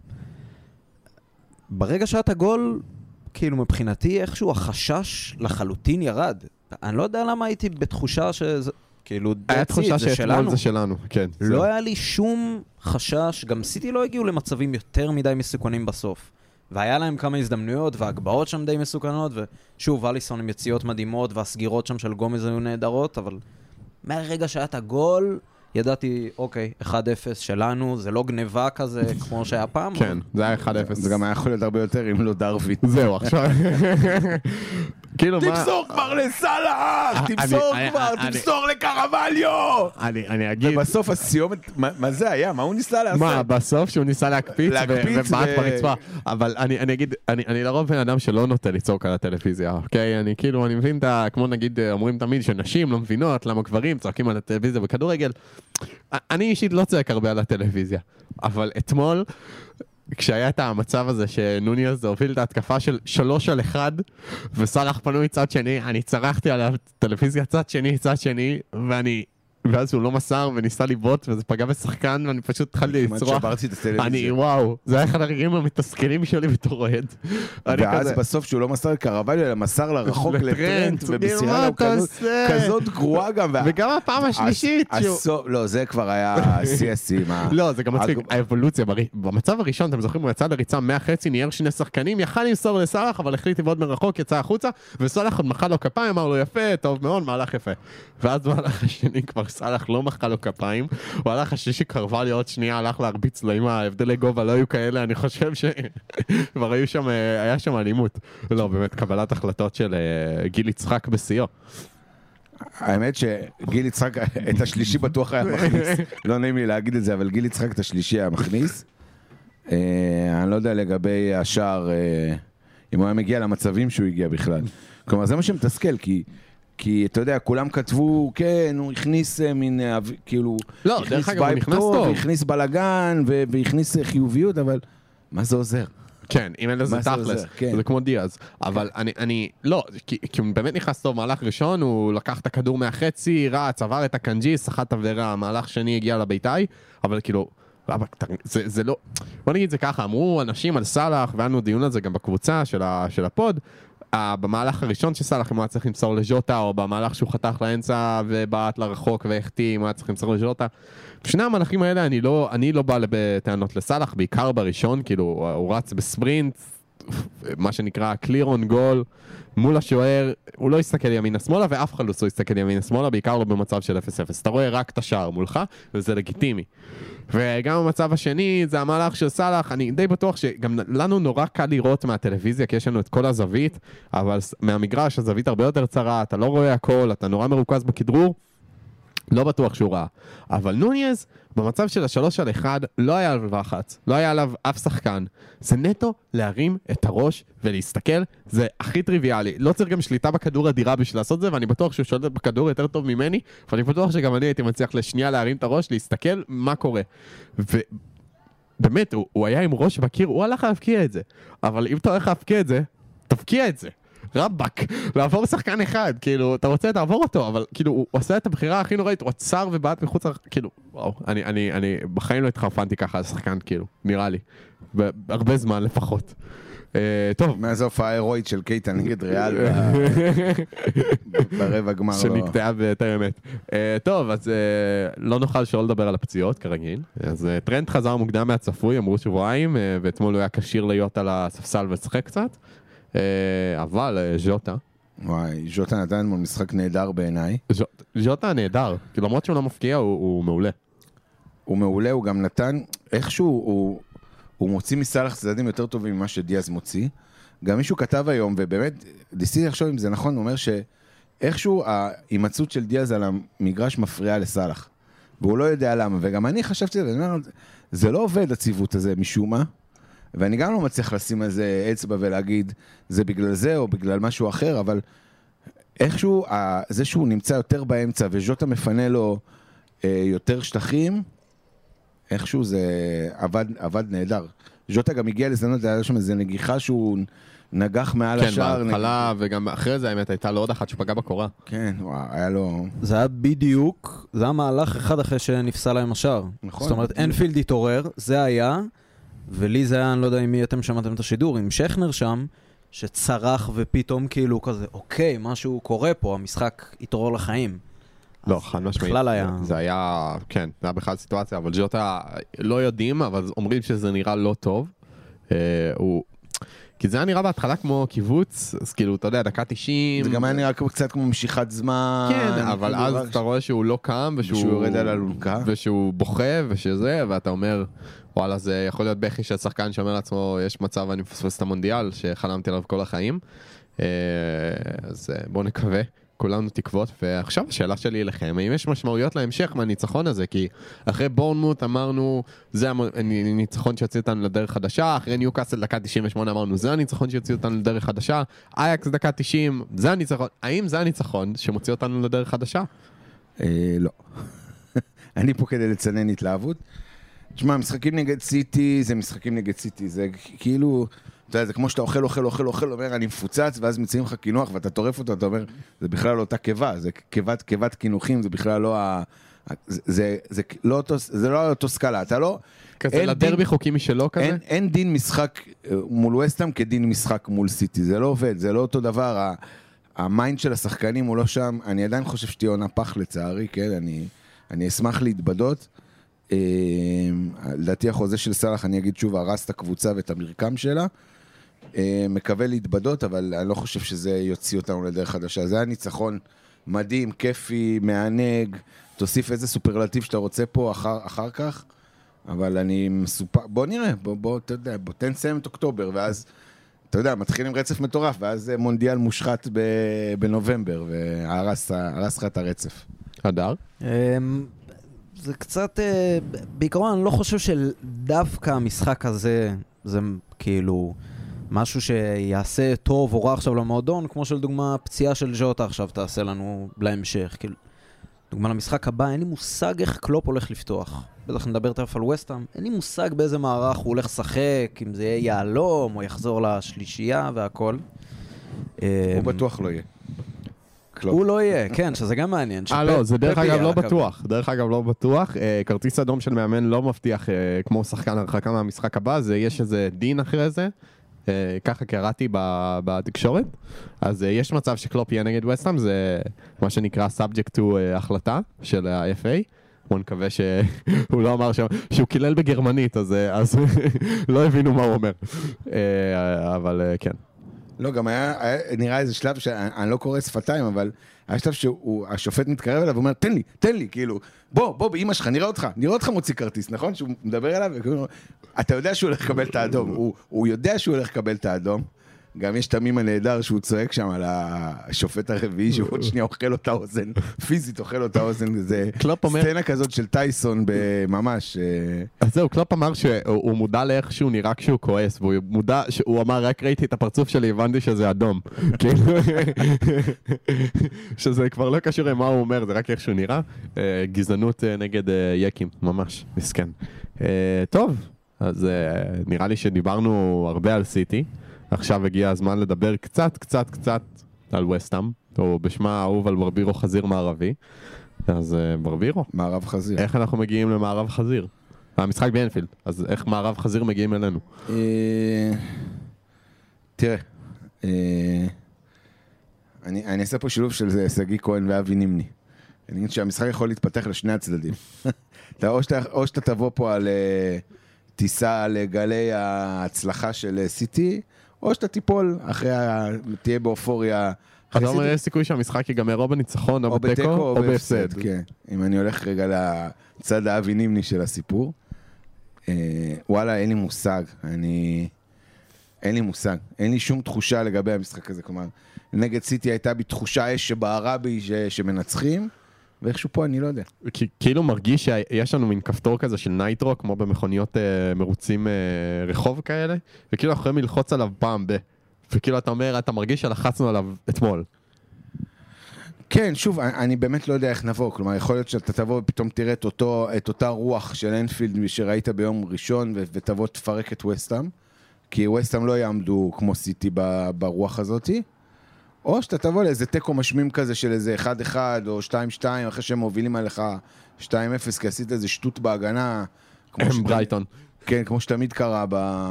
ברגע שאת הגול, כאילו מבחינתי איכשהו החשש לחלוטין ירד. אני לא יודע למה הייתי בתחושה שזה... כאילו, היה תחושה שאתמול זה שלנו, כן. לא היה לי שום חשש, גם סיטי לא הגיעו למצבים יותר מדי מסוכנים בסוף. והיה להם כמה הזדמנויות, והגבהות שם די מסוכנות, ושוב, אליסון עם יציאות מדהימות, והסגירות שם של גומז היו נהדרות, אבל מהרגע שהיה את הגול, ידעתי, אוקיי, אחד אפס שלנו, זה לא גניבה כזה כמו שהיה פעם. כן, זה היה אחד אפס. זה גם היה יכול להיות הרבה יותר אם לא דרווין. זהו, עכשיו... כאילו מה... תמסור כבר לסלאח! תמסור כבר! תמסור לקרווליו! אני אגיד... ובסוף הסיומת... מה זה היה? מה הוא ניסה לעשות? מה, בסוף שהוא ניסה להקפיץ ובעט ברצפה. אבל אני אגיד, אני לרוב בן אדם שלא נוטה לצעוק על הטלוויזיה, אוקיי? אני כאילו, אני מבין את ה... כמו נגיד, אומרים תמיד שנשים לא מבינות למה גברים צועקים על הטלוויזיה בכדורגל. אני אישית לא צועק הרבה על הטלוויזיה. אבל אתמול... כשהיה את המצב הזה שנוניאז הוביל את ההתקפה של שלוש על אחד וסלאח פנוי צד שני, אני צרחתי על הטלוויזיה צד שני, צד שני, ואני ואז הוא לא מסר וניסה לבעוט, וזה פגע בשחקן, ואני פשוט התחלתי לצרוח. שברתי את הטלוויזיה. אני, וואו, זה היה אחד הרגעים המתסכלים שלי בתור אוהד. ואז בסוף שהוא לא מסר לקרווליו, אלא מסר לרחוק לטרנט, ובסירה גם כזאת גרועה גם. וגם הפעם השלישית. לא, זה כבר היה סי אס סי. לא, זה גם מצחיק, האבולוציה. במצב הראשון, אתם זוכרים, הוא יצא לריצה מהחצי, נייר שני שחקנים, יכל למסור לסלח, אבל החליט לבעוט מרחוק, יצא החוצה, וסלח עוד מחא לו כפיים, אמר לו יפה, טוב מאוד, מהלך יפה. ואז במהלך השני כבר סלח לא מחא לו כפיים, הוא הלך השלישי קרווליו עוד שנייה, הלך להרביץ לו, אם ההבדלי גובה לא היו כאלה, אני חושב שכבר היו שם, היה שם אלימות. לא, באמת, קבלת החלטות של גיל יצחק בשיאו. האמת שגיל יצחק, את השלישי בטוח היה מכניס. לא נעים לי להגיד את זה, אבל גיל יצחק את השלישי היה מכניס. אני לא יודע לגבי השער, אם הוא היה מגיע למצבים שהוא הגיע בכלל. כלומר, זה מה שמתסכל, כי... כי אתה יודע, כולם כתבו, כן, הוא הכניס מין, כאילו... לא, דרך אגב, הוא נכנס טוב. הכניס בלגן, והכניס חיוביות, אבל מה זה עוזר? כן, אם אין לזה תכלס, זה כמו דיאז. אבל אני, אני, לא, כי הוא באמת נכנס טוב, מהלך ראשון, הוא לקח את הכדור מהחצי, רץ, עבר את הקנג'יס, סחט עברה, מהלך שני הגיע לביתאי, אבל כאילו, זה לא... בוא נגיד זה ככה, אמרו אנשים על סלח, והיה לנו דיון על זה גם בקבוצה של הפוד, במהלך הראשון שסלח, אם הוא היה צריך למסור לז'וטה, או במהלך שהוא חתך לאמצע ובעט לרחוק והחתים, הוא היה צריך למסור לז'וטה. בשני המהלכים האלה אני לא, אני לא בא בטענות לסלח, בעיקר בראשון, כאילו הוא רץ בספרינט, מה שנקרא clear on goal, מול השוער, הוא לא יסתכל ימינה שמאלה, ואף אחד לא יסתכל ימינה שמאלה, בעיקר לא במצב של אפס אפס. אתה רואה רק את השער מולך, וזה לגיטימי. וגם במצב השני, זה המהלך של סלח, אני די בטוח שגם לנו נורא קל לראות מהטלוויזיה, כי יש לנו את כל הזווית, אבל מהמגרש הזווית הרבה יותר צרה, אתה לא רואה הכל, אתה נורא מרוכז בכדרור, לא בטוח שהוא רע. אבל נוניז, במצב של השלוש על אחד, לא היה עליו לחץ, לא היה עליו אף שחקן. זה נטו להרים את הראש ולהסתכל, זה הכי טריוויאלי. לא צריך גם שליטה בכדור אדירה בשביל לעשות זה, ואני בטוח שהוא שולט בכדור יותר טוב ממני, ואני בטוח שגם אני הייתי מצליח לשנייה להרים את הראש, להסתכל מה קורה. ובאמת, הוא, הוא היה עם ראש בקיר, הוא הלך להפקיע את זה. אבל אם אתה הולך להפקיע את זה, תפקיע את זה. רבק, לעבור שחקן אחד, כאילו, אתה רוצה, תעבור אותו, אבל כאילו, הוא עושה את הבחירה הכי נוראית, הוא עצר ובעט מחוץ, כאילו, וואו, אני, אני, אני בחיים לא התחרפנתי ככה על שחקן, כאילו, נראה לי, בהרבה זמן לפחות. טוב. מאז ההופעה ההירואית של קייטה נגד ריאל ברבע גמר. שנקטעה ביותר אמת. טוב, אז לא נוכל שלא לדבר על הפציעות, כרגיל. אז טרנט חזר מוקדם מהצפוי, אמרו שבועיים, ואתמול הוא היה כשיר להיות על הספסל ושחק קצת. אבל ז'וטה וואי, ז'וטה נתן מול משחק נהדר בעיניי. ז'וטה נהדר, כי למרות שהוא לא מפקיע, הוא מעולה. הוא מעולה, הוא גם נתן, איכשהו הוא מוציא מסלח צדדים יותר טובים ממה שדיאז מוציא. גם מישהו כתב היום, ובאמת, ניסיתי לחשוב אם זה נכון, הוא אומר שאיכשהו ההימצאות של דיאז על המגרש מפריעה לסלח. והוא לא יודע למה, וגם אני חשבתי, זה לא עובד הציוות הזה משום מה. ואני גם לא מצליח לשים על זה אצבע ולהגיד, זה בגלל זה או בגלל משהו אחר, אבל איכשהו, זה שהוא נמצא יותר באמצע וז'וטה מפנה לו אה, יותר שטחים, איכשהו זה עבד, עבד נהדר. ז'וטה גם הגיע לזנות, היה שם איזו נגיחה שהוא נגח מעל כן, השאר. כן, בהתחלה, נג... וגם אחרי זה, האמת, הייתה לו עוד אחת שפגע בקורה. כן, וואו, היה לו... זה היה בדיוק, זה היה מהלך אחד אחרי שנפסה להם השאר. נכון. זאת אומרת, אנפילד התעורר, זה היה... ולי זה היה, אני לא יודע אם מי אתם שמעתם את השידור, עם שכנר שם, שצרח ופתאום כאילו כזה, אוקיי, משהו קורה פה, המשחק יתעורר לחיים. לא, חד משמעית. בכלל היה... זה היה, כן, זה היה בכלל סיטואציה, אבל ז'וטה לא יודעים, אבל אומרים שזה נראה לא טוב. הוא... כי זה היה נראה בהתחלה כמו קיבוץ, אז כאילו, אתה יודע, דקה תשעים... זה גם היה נראה קצת כמו משיכת זמן... כן, אבל אז אתה רואה שהוא לא קם, ושהוא יורד על אלונקה, ושהוא בוכה, ושזה, ואתה אומר, וואלה, זה יכול להיות בכי של שחקן שאומר לעצמו, יש מצב אני מפספס את המונדיאל, שחלמתי עליו כל החיים. אז בואו נקווה. כולנו תקוות, ועכשיו השאלה שלי אליכם, האם יש משמעויות להמשך מהניצחון הזה? כי אחרי בורנמוט אמרנו, זה הניצחון שיוציא אותנו לדרך חדשה, אחרי ניוקאסל דקה תשעים ושמונה אמרנו, זה הניצחון שיוציא אותנו לדרך חדשה, אייקס דקה תשעים, זה הניצחון, האם זה הניצחון שמוציא אותנו לדרך חדשה? לא. אני פה כדי לצנן התלהבות. תשמע, משחקים נגד סיטי, זה משחקים נגד סיטי, זה כאילו... אתה יודע, זה כמו שאתה אוכל, אוכל, אוכל, אוכל, אומר, אני מפוצץ, ואז מציעים לך קינוח, ואתה טורף אותו, אתה אומר, זה בכלל לא אותה קיבה, זה קיבת, קיבת קינוחים, זה בכלל לא זה, זה, זה, לא אותו, זה לא אותו סקאלה, אתה לא... כזה לדרבי חוקים משלו כזה? אין, אין דין משחק מול ווסטהאם כדין משחק מול סיטי, זה לא עובד, זה לא אותו דבר, המיינד של השחקנים הוא לא שם, אני עדיין חושב שתהיה עונה פח לצערי, כן, אני, אני אשמח להתבדות, לדעתי החוזה של סלאח, אני אגיד שוב, הרס את הקבוצה ואת המרקם שלה, מקווה להתבדות, אבל אני לא חושב שזה יוציא אותנו לדרך חדשה, זה היה ניצחון מדהים, כיפי, מענג, תוסיף איזה סופרלטיב שאתה רוצה פה אחר, אחר כך, אבל אני מסופר, בוא נראה, בוא, בוא, אתה יודע, בוא תן סיים את אוקטובר, ואז, אתה יודע, מתחיל עם רצף מטורף, ואז מונדיאל מושחת בנובמבר, והרס לך את הרצף. הדר? זה קצת, בעיקרון, אני לא חושב שדווקא המשחק הזה, זה כאילו משהו שיעשה טוב או רע עכשיו למועדון, כמו שלדוגמה, פציעה של ז'וטה עכשיו תעשה לנו להמשך, כאילו, דוגמה למשחק הבא, אין לי מושג איך קלופ הולך לפתוח. בטח נדבר תכף על ווסטהאם, אין לי מושג באיזה מערך הוא הולך לשחק, אם זה יהיה יעלום, או יחזור לשלישייה והכל. הוא בטוח לא יהיה. הוא לא יהיה, כן, שזה גם מעניין. אה, לא, זה דרך אגב לא בטוח. דרך אגב לא בטוח. כרטיס אדום של מאמן לא מבטיח כמו שחקן הרחקה מהמשחק הבא, זה יש איזה דין אחרי זה. ככה קראתי בתקשורת. אז יש מצב שקלופ יהיה נגד ווסטהאם, זה מה שנקרא subject to החלטה של ה-אף איי. בוא נקווה שהוא לא אמר שהוא קילל בגרמנית, אז לא הבינו מה הוא אומר. אבל כן. לא, גם היה, נראה איזה שלב שאני לא קורא שפתיים, אבל היה שלב שהשופט מתקרב אליו ואומר, תן לי, תן לי, כאילו, בוא, בוא, באמא שלך, נראה אותך, נראה אותך מוציא כרטיס, נכון? שהוא מדבר אליו, אתה יודע שהוא הולך לקבל את האדום, הוא, הוא יודע שהוא הולך לקבל את האדום, גם יש תמים הנהדר שהוא צועק שם על השופט הרביעי, שהוא עוד שנייה אוכל אותה אוזן, פיזית אוכל אותה אוזן, זה סצנה כזאת של טייסון בממש. אז זהו, קלופ אמר שהוא מודע לאיך שהוא נראה כשהוא כועס, והוא מודע, שהוא אמר, רק ראיתי את הפרצוף שלי, הבנתי שזה אדום. שזה כבר לא קשור למה הוא אומר, זה רק איך שהוא נראה. גזענות נגד יקים, ממש, מסכן. טוב, אז נראה לי שדיברנו הרבה על סיטי. עכשיו הגיע הזמן לדבר קצת, קצת, קצת על ווסטהאם, או בשמה האהוב על ברבירו חזיר מערבי. אז ברבירו. מערב חזיר. איך אנחנו מגיעים למערב חזיר? המשחק באנפילד. אז איך מערב חזיר מגיעים אלינו? תראה, אני אעשה פה שילוב של סגי כהן ואבי נימני. אני אגיד שהמשחק יכול להתפתח לשני הצדדים. או שאתה תבוא פה על טיסה לגלי ההצלחה של סיטי, או שאתה תיפול אחרי, תהיה באופוריה. אתה אומר, יש סיכוי שהמשחק ייגמר או בניצחון, או בתיקו, או בהפסד. כן, אם אני הולך רגע לצד האבי נימני של הסיפור, וואלה, אין לי מושג, אני... אין לי מושג, אין לי שום תחושה לגבי המשחק הזה, כלומר, נגד סיטי הייתה בי תחושה אש שבערה בי שמנצחים, ואיכשהו פה אני לא יודע. כאילו מרגיש שיש לנו מין כפתור כזה של נייטרו, כמו במכוניות מרוצים רחוב כאלה, וכאילו אנחנו יכולים ללחוץ עליו פעם ב... וכאילו אתה אומר, אתה מרגיש שלחצנו עליו אתמול. כן, שוב, אני באמת לא יודע איך נבוא, כלומר, יכול להיות שאתה תבוא ופתאום תראה את, אותו, את אותה רוח של אנפילד שראית ביום ראשון, ו- ותבוא תפרק את ווסטהאם, כי ווסטהאם לא יעמדו כמו סיטי ברוח הזאת, או שאתה תבוא לאיזה טקו משמים כזה של איזה אחד אחד או שתיים שתיים, אחרי שהם מובילים עליך שתיים אפס, כי עשית איזה שטות בהגנה. הם ברייטון. כן, כמו שתמיד קרה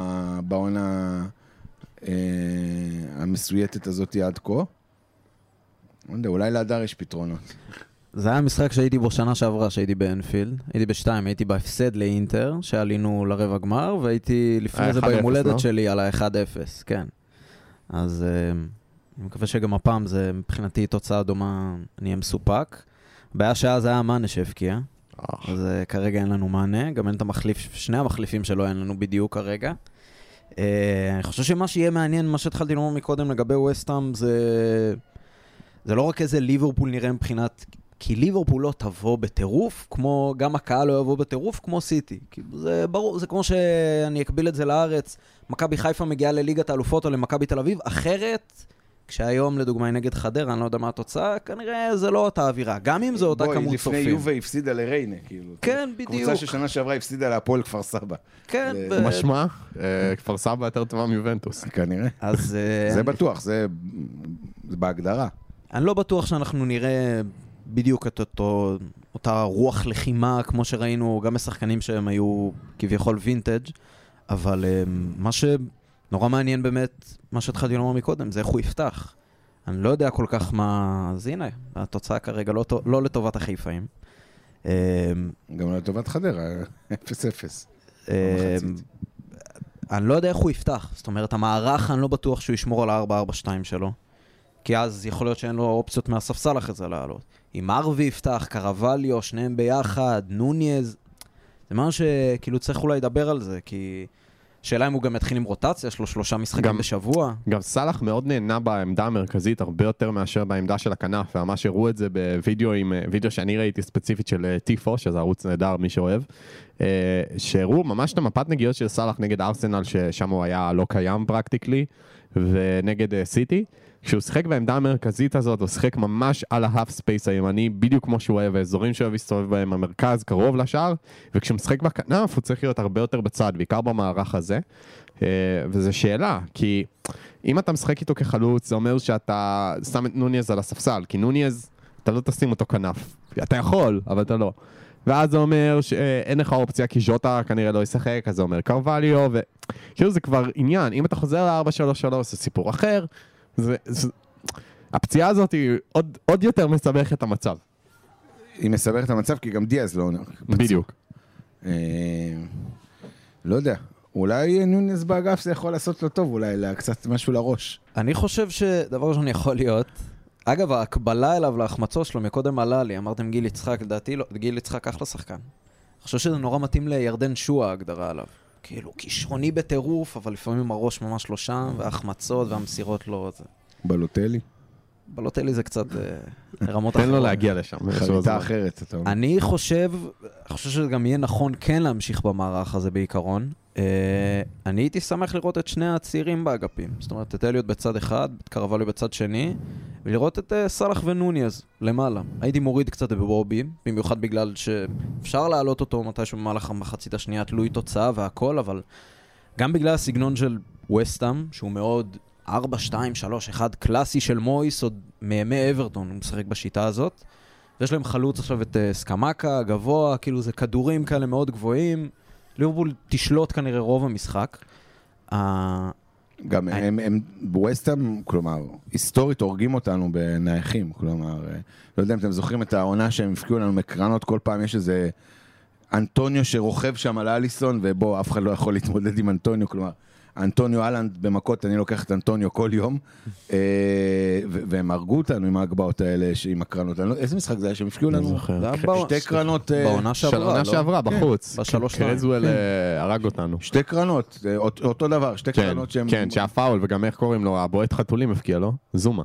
בעונה אה, המסויטת הזאת עד כה. לא יודע, אולי להדר יש פתרונות. זה היה המשחק שהייתי בו שנה שעברה, שהייתי באנפילד. הייתי בשתיים, הייתי בהפסד לאינטר, שעלינו לרבע גמר, והייתי לפני זה ביום הולדת שלי על ה-אחד אפס, כן. אז אני מקווה שגם הפעם זה מבחינתי תוצאה דומה, אני אהיה מסופק. הבעיה שאז היה המאנה שהפקיע, אז כרגע אין לנו מאנה, גם אין את המחליף, שני המחליפים שלו אין לנו בדיוק כרגע. אני חושב שמה שיהיה מעניין, מה שהתחלתי לומר מקודם לגבי ווסטהאם, זה... זה לא רק איזה ליברפול נראה מבחינת, כי ליברפול לא תבוא בטירוף, כמו גם הקהל לא יבוא בטירוף, כמו סיטי. זה ברור, זה כמו שאני אקביל את זה לארץ, מכבי חיפה מגיעה לליגת האלופות או למכבי תל אביב, אחרת, כשהיום לדוגמה נגד חדרה, אני לא יודע מה התוצאה, כנראה זה לא אותה אווירה, גם אם זו אותה כמות צופים. לפני יובה הפסידה לריינה, כאילו. כן, בדיוק. קבוצה ששנה שעברה הפסידה להפועל כפר סבא. כן. משמע, כפר סבא יותר טובה מיובנטוס. כנראה. זה בטוח, זה בהגדרה. אני לא בטוח שאנחנו נראה בדיוק את אותו, אותה רוח לחימה, כמו שראינו, גם בשחקנים שהם היו כביכול וינטג', אבל מה שנורא מעניין באמת, מה שהתחלתי לומר מקודם, זה איך הוא יפתח. אני לא יודע כל כך מה... אז הנה, התוצאה כרגע לא, לא לטובת החיפאים. גם לא לטובת חדרה, אפס אפס. אני לא יודע איך הוא יפתח. זאת אומרת, המערך, אני לא בטוח שהוא ישמור על ה-ארבע ארבע שתיים שלו. כי אז יכול להיות שאין לו אופציות מהספסל אחרי זה לעלות. אם ארווי יפתח, קרווליו, שניהם ביחד, נוניז, זה מה שכאילו צריך אולי לדבר על זה, כי שאלה אם הוא גם יתחיל עם רוטציה, יש לו שלושה משחקים גם, בשבוע. גם סלח מאוד נהנה בעמדה המרכזית, הרבה יותר מאשר בעמדה של הכנף, וממש הראו את זה בווידאו עם, וידאו שאני ראיתי ספציפית של טיפו, שזה ערוץ נהדר, מי שאוהב, שהראו ממש את המפת נגיעות של סלח נגד ארסנל, ששם הוא היה לא קיים פרקטיקלי, ונגד סיטי. כשהוא שיחק בעמדה המרכזית הזאת, הוא שיחק ממש על ההאף ספייס הימני, בדיוק כמו שהוא אוהב, האזורים שהוא אוהב להסתובב בהם, המרכז קרוב לשער, וכשהוא משחק בכנף, הוא צריך להיות הרבה יותר בצד, בעיקר במערך הזה. וזו שאלה, כי אם אתה משחק איתו כחלוץ, זה אומר שאתה שם את נוניז על הספסל, כי נוניז, אתה לא תשים אותו כנף. אתה יכול, אבל אתה לא. ואז זה אומר שאין לך אופציה, כי ז'וטה כנראה לא ישחק, אז זה אומר קרווליו, וכאילו זה כבר עניין. אם אתה חוזר ל-ארבע שלוש שלוש, זה סיפור אחר. זה, זה, הפציעה הזאת היא עוד, עוד יותר מסבך את המצב. היא מסבך את המצב כי גם דיאז לא עונה. בדיוק. אה, לא יודע. אולי נוניז באגף זה יכול לעשות לו טוב, אולי קצת משהו לראש. אני חושב שדבר ראשון יכול להיות, אגב, ההקבלה אליו להחמצות שלו מקודם עלה לי, אמרתם גיל יצחק, לדעתי לא, גיל יצחק אחלה שחקן. אני חושב שזה נורא מתאים לירדן שואה ההגדרה עליו. כאילו, כישרוני בטירוף, אבל לפעמים הראש ממש לא שם, וההחמצות והמסירות לא... בלוטלי? בלוטלי זה קצת רמות אחרות. תן לו להגיע לשם. חליטה אחרת, אתה אומר. אני חושב, אני חושב שזה גם יהיה נכון כן להמשיך במערך הזה בעיקרון. אני הייתי שמח לראות את שני הצעירים באגפים. זאת אומרת, את אליוט בצד אחד, את קרווליו בצד שני, ולראות את סלח ונוניז למעלה. הייתי מוריד קצת בבובי, במיוחד בגלל שאפשר להעלות אותו מתישהו במהלך המחצית השנייה, תלוי תוצאה והכל, אבל גם בגלל הסגנון של ווסטהאם, שהוא מאוד ארבע שתיים שלוש אחד קלאסי של מויס, עוד מימי אברטון, הוא משחק בשיטה הזאת. ויש להם חלוץ עכשיו את סקמקה, גבוה, כאילו זה כדורים כאלה מאוד גבוהים. ליברפול תשלוט כנראה רוב המשחק. גם הם, הם בווסטהאם, כלומר, היסטורית הורגים אותנו בנייחים, כלומר, לא יודע אם אתם זוכרים את העונה שהם הפקיעו לנו מקרנות, כל פעם יש איזה אנטוניו שרוכב שם על אליסון, ובו אף אחד לא יכול להתמודד עם אנטוניו, כלומר, אנטוניו אלנד במכות, אני לוקח את אנטוניו כל יום, והם הרגו אותנו עם ההגבעות האלה, עם הקרנות. איזה משחק זה היה שהם הפקיעו לנו? שתי קרנות... בעונה שעברה, בעונה שעברה, בחוץ. בשלוש קרזוול הרג אותנו. שתי קרנות, אותו דבר, שתי קרנות שהם... כן, שהיה פאול, וגם איך קוראים לו, הבועט חתולים הפקיע לו, זומה.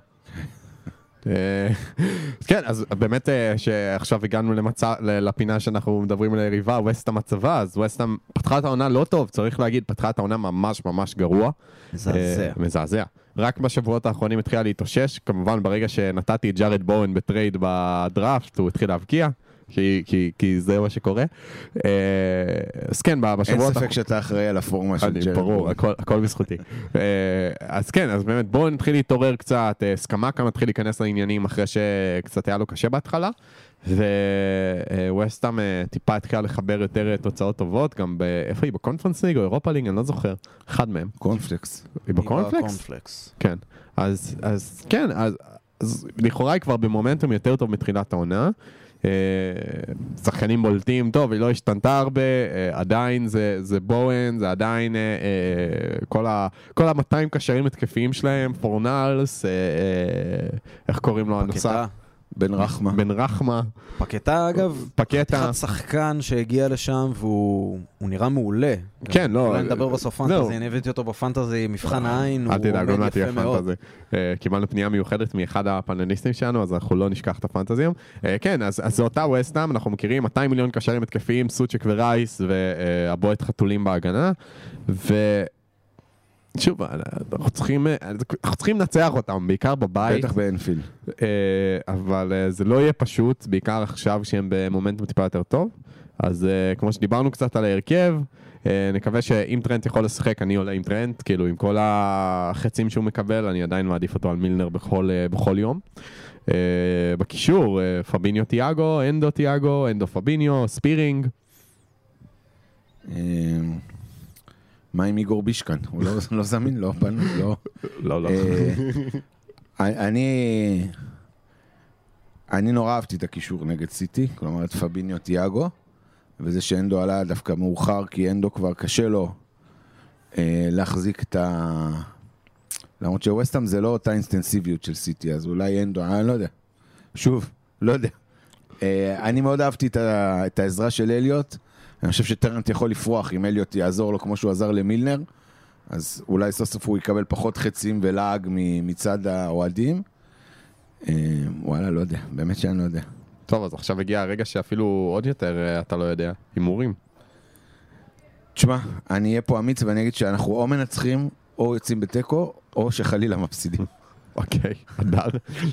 כן, אז באמת שעכשיו הגענו לפינה שאנחנו מדברים על היריבה, ווסטהאם מצבה, אז ווסטהאם פתחה את העונה לא טוב, צריך להגיד, פתחה את העונה ממש ממש גרוע. מזעזע. מזעזע. רק בשבועות האחרונים התחילה להתאושש, כמובן ברגע שנתתי את ג'ארד בואן בטרייד בדראפט, הוא התחיל להבקיע. כי, כי, כי זה מה שקורה. אז כן, בשבועות... אין ספק שאתה אחראי על הפורמה של ג'רד. ברור, הכל, הכל בזכותי. אז כן, אז באמת בואו נתחיל להתעורר קצת, סקמקה מתחיל להיכנס לעניינים אחרי שקצת היה לו קשה בהתחלה, וווסטהאם טיפה התחילה לחבר יותר תוצאות טובות, גם איפה היא? בקונפרנס ליג או אירופה ליג? אני לא זוכר. אחד מהם. קונפלקס. היא בקונפלקס? כן. אז, אז כן, אז, אז לכאורה היא כבר במומנטום יותר טוב מתחילת העונה, שחקנים בולטים, טוב, היא לא השתנתה הרבה, עדיין זה, זה בואן, זה עדיין כל ה-מאתיים קשרים התקפיים שלהם, פורנלס, איך קוראים לו הנוסע? בן רחמה. בן רחמה. פקטה, אגב, פקטה. אחד שחקן שהגיע לשם והוא נראה מעולה. כן, לא. אולי נדבר בסוף פנטזי, אני הבאתי אותו בפנטזי, מבחן העין, הוא עומד יפה מאוד. קיבלנו פנייה מיוחדת מאחד הפאנליסטים שלנו, אז אנחנו לא נשכח את הפנטזים. כן, אז זו אותה ווסטהאם, אנחנו מכירים מאתיים מיליון קשרים התקפיים, סוצ'ק ורייס, והבועט חתולים בהגנה, ו... שוב, אנחנו צריכים, אנחנו צריכים לנצח אותם, בעיקר בבית. בטח באנפילד. אבל זה לא יהיה פשוט, בעיקר עכשיו שהם במומנטום טיפה יותר טוב. אז uh, כמו שדיברנו קצת על ההרכב, uh, נקווה שאם טרנט יכול לשחק, אני עולה עם טרנט, כאילו עם כל החצים שהוא מקבל, אני עדיין מעדיף אותו על מילנר בכל, uh, בכל יום. Uh, בקישור, uh, פביניו תיאגו, אנדו תיאגו, אנדו פביניו, ספירינג. מה עם איגור בישקן? הוא לא זמין? לא, פנו, לא. לא, לא. אני... אני נורא אהבתי את הקישור נגד סיטי, כלומר את פביניו תיאגו, וזה שאנדו עלה דווקא מאוחר, כי אנדו כבר קשה לו אה, להחזיק את ה... למרות שווסטהאם זה לא אותה אינסטנסיביות של סיטי, אז אולי אנדו, אני לא יודע. שוב, לא יודע. אה, אני מאוד אהבתי את, ה... את העזרה של אליוט, אני חושב שטרנט יכול לפרוח אם אליוט יעזור לו כמו שהוא עזר למילנר, אז אולי סוף סוף הוא יקבל פחות חצים ולעג מצד האוהדים. וואלה, לא יודע, באמת שאני לא יודע. טוב, אז עכשיו הגיע הרגע שאפילו עוד יותר אתה לא יודע, הימורים. תשמע, אני אהיה פה אמיץ ואני אגיד שאנחנו או מנצחים, או יוצאים בטקו, או שחלילה מפסידים. אוקיי, אדר.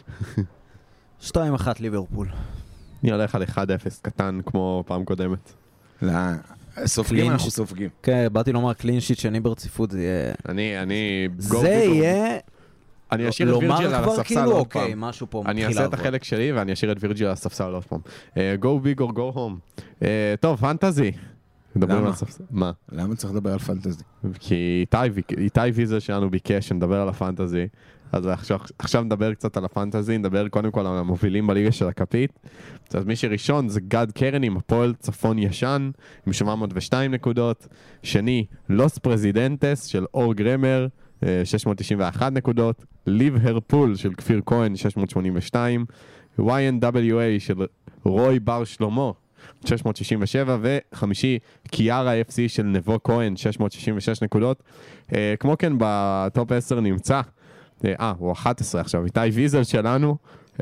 שתיים אחת ליברפול. אני הולך על אחד אפס קטן כמו פעם קודמת. לא, סופגים אנחנו סופגים. כן, באתי לומר קלין שיט שני ברציפות, זה יהיה... אני, אני... זה יהיה... אני אשאיר את וירג'יל על הספסל עוד פעם. משהו פה אני אעשה את החלק שלי ואני אשאיר את וירג'יל על הספסל עוד פעם. Go big or go home. טוב, פנטזי. למה? מה? למה צריך לדבר על פנטזי? כי איתי ויזר שלנו ביקש שנדבר על הפנטזי. אז עכשיו, עכשיו נדבר קצת על הפנטזי, נדבר קודם כל על המובילים בליגה של הכפית. אז מי שראשון זה גד קרן עם הפועל צפון ישן, עם שבע מאות ושתיים נקודות. שני, לוס פרזידנטס של אור גרמר, שש מאות תשעים ואחת נקודות. ליב הרפול של כפיר כהן, שש מאות שמונים ושתיים. וואי אן דאבליו איי של רוי בר שלמה, שש מאות שישים ושבע. וחמישי, קיארה אף סי של נבו כהן, שש מאות שישים ושש נקודות. כמו כן, בטופ עשר נמצא אה, הוא אחת עשרה עכשיו, איתי ויזל שלנו,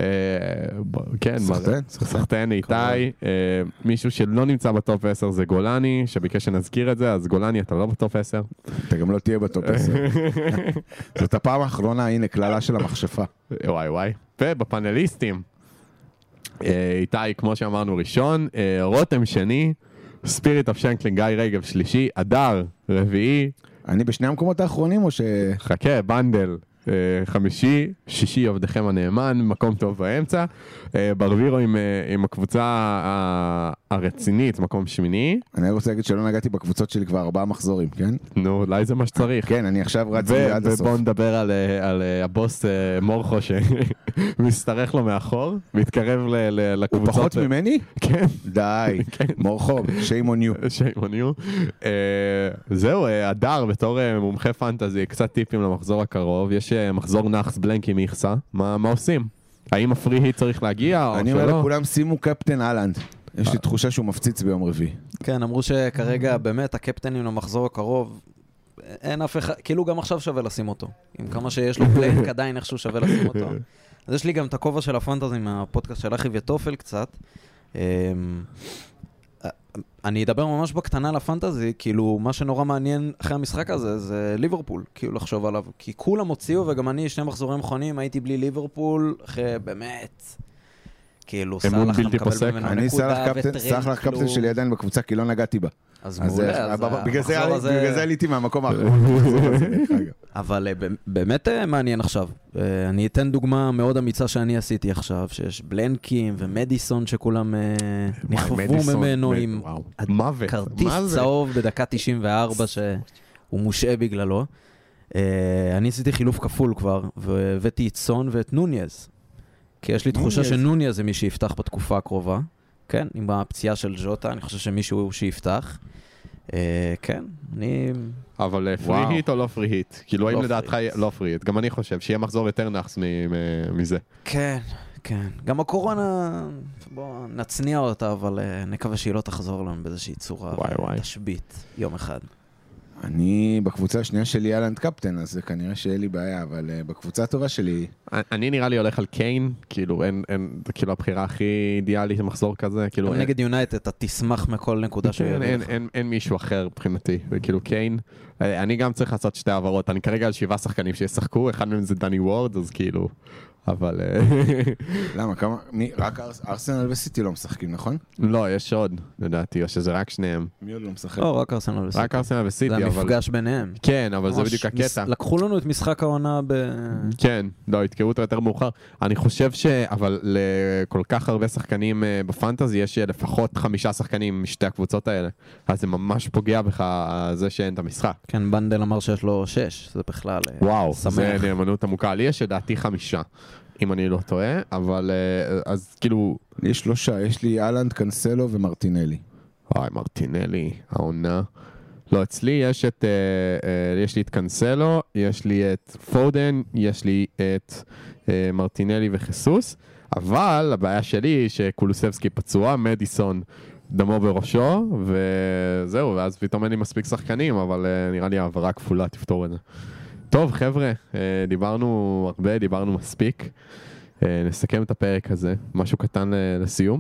כן, סחטן איתי, מישהו שלא נמצא בטופ עשר זה גולני, שביקש שנזכיר את זה, אז גולני אתה לא בטופ עשר. אתה גם לא תהיה בטופ עשר. זאת הפעם האחרונה, הנה, כללה של המכשפה. וואי וואי, ובפאנליסטים, איתי, כמו שאמרנו, ראשון, רותם שני, ספיריט אף שנקלין, גיא רגב שלישי, אדר רביעי. אני בשני המקומות האחרונים או ש... חכה, בנדל. חמישי, שישי עובדכם הנאמן, מקום טוב באמצע. ברבירו עם, עם הקבוצה הרצינית, מקום שמיני. אני רוצה להגיד שלא נגעתי בקבוצות שלי כבר ארבעה מחזורים, כן? נו, אולי זה מה שצריך. כן, אני עכשיו רץ עד הסוף. ובואו נדבר על, על הבוס מורחו שמסתרך לו מאחור, מתקרב לקבוצות. הוא פחות ממני? כן. די, מורחו, shame on you. shame on you. זהו, אדר בתור מומחה פנטזי, קצת טיפים למחזור הקרוב. יש מחזור נחס בלנקי מיחסה, מה, מה עושים? האם הפרי צריך להגיע או שלא? אני אומר לכולם, שימו קפטן אלנד. יש לי תחושה שהוא מפציץ ביום רביעי. כן, אמרו שכרגע באמת הקפטנים למחזור הקרוב, אין אף אחד, כאילו גם עכשיו שווה לשים אותו. עם כמה שיש לו פלנק עדיין איכשהו שווה לשים אותו. אז יש לי גם את הכובע של הפנטזי מהפודקאסט של אחי וטופל קצת. אני אדבר ממש בקטנה לפנטזי, כאילו מה שנורא מעניין אחרי המשחק הזה זה ליברפול, כאילו לחשוב עליו, כי כולם הוציאו וגם אני שני מחזורים מכונים הייתי בלי ליברפול, אחרי באמת, כאילו סלח מקבל ממנו נקודה וטרנד. סלח קפטן שלי עדיין בקבוצה כי לא נגעתי בה. אז מעולה, אז בגלל זה עליתי מהמקום האחרון. אבל באמת מעניין עכשיו. אני אתן דוגמה מאוד אמיצה שאני עשיתי עכשיו, שיש בלנקים ומדיסון שכולם נכפפו ממנו עם כרטיס צהוב בדקה תשעים וארבע שהוא מושעה בגללו. אני עשיתי חילוף כפול כבר, והבאתי את סון ואת נוניאז. כי יש לי תחושה שנוניאז זה מי שיפתח בתקופה הקרובה. כן, עם הפציעה של ג'וטה, אני חושב שמישהו שיפתח. כן, אני... אבל פרי היט או לא פרי היט? כאילו, האם לדעתך לא פרי היט? גם אני חושב שיהיה מחזור יותר נחס מזה. כן, כן. גם הקורונה, בואו נצניע אותה, אבל נקווה שהיא לא תחזור לנו באיזושהי צורה. תשבית, יום אחד. אני בקבוצה השנייה שלי אלנד קפטן, אז כנראה שיהיה לי בעיה, אבל בקבוצה הטובה שלי... אני נראה לי הולך על קיין, כאילו אין, אין, כאילו הבחירה הכי אידיאלית למחזור כזה, כאילו... נגד יונייטד, אתה תשמח מכל נקודה שיהיה לך. אין, אין, אין מישהו אחר מבחינתי, וכאילו קיין, אני גם צריך לעשות שתי העברות, אני כרגע על שבעה שחקנים שישחקו, אחד מהם זה דני וורד, אז כאילו... אבל... למה? כמה? מי? רק ארסנל וסיטי לא משחקים, נכון? לא, יש עוד, לדעתי, או שזה רק שניהם. מי עוד לא משחק? לא, רק ארסנל וסיטי. רק ארסנל וסיטי, זה אבל... המפגש ביניהם. כן, אבל זה ממש בדיוק הקטע. מס- לקחו לנו את משחק העונה ב... כן, לא, התקראו אותו יותר מאוחר. אני חושב ש... אבל לכל כך הרבה שחקנים אה, בפנטזי, יש לפחות חמישה שחקנים משתי הקבוצות האלה. אז זה ממש פוגע בך זה שאין את המשחק. כן, בנדל אמר שיש לו שש, זה בכלל אה, וואו, שמח. זה נאמנות עמוקה. לי יש לדעתי חמישה, אם אני לא טועה, אבל אה, אז כאילו... יש שלושה, יש לי אלנד, קנסלו ומרטינלי. וואי, מרטינלי, העונה. לא, אצלי יש את, אה, אה, יש לי את קנסלו, יש לי את פודן, יש לי את אה, מרטינלי וחיסוס, אבל הבעיה שלי היא שקולוסבסקי פצוע, מדיסון דמו בראשו, וזהו, ואז פתאום אין לי מספיק שחקנים, אבל אה, נראה לי העברה כפולה תפתור את זה. טוב, חבר'ה, אה, דיברנו הרבה, דיברנו מספיק. אה, נסכם את הפרק הזה, משהו קטן לסיום.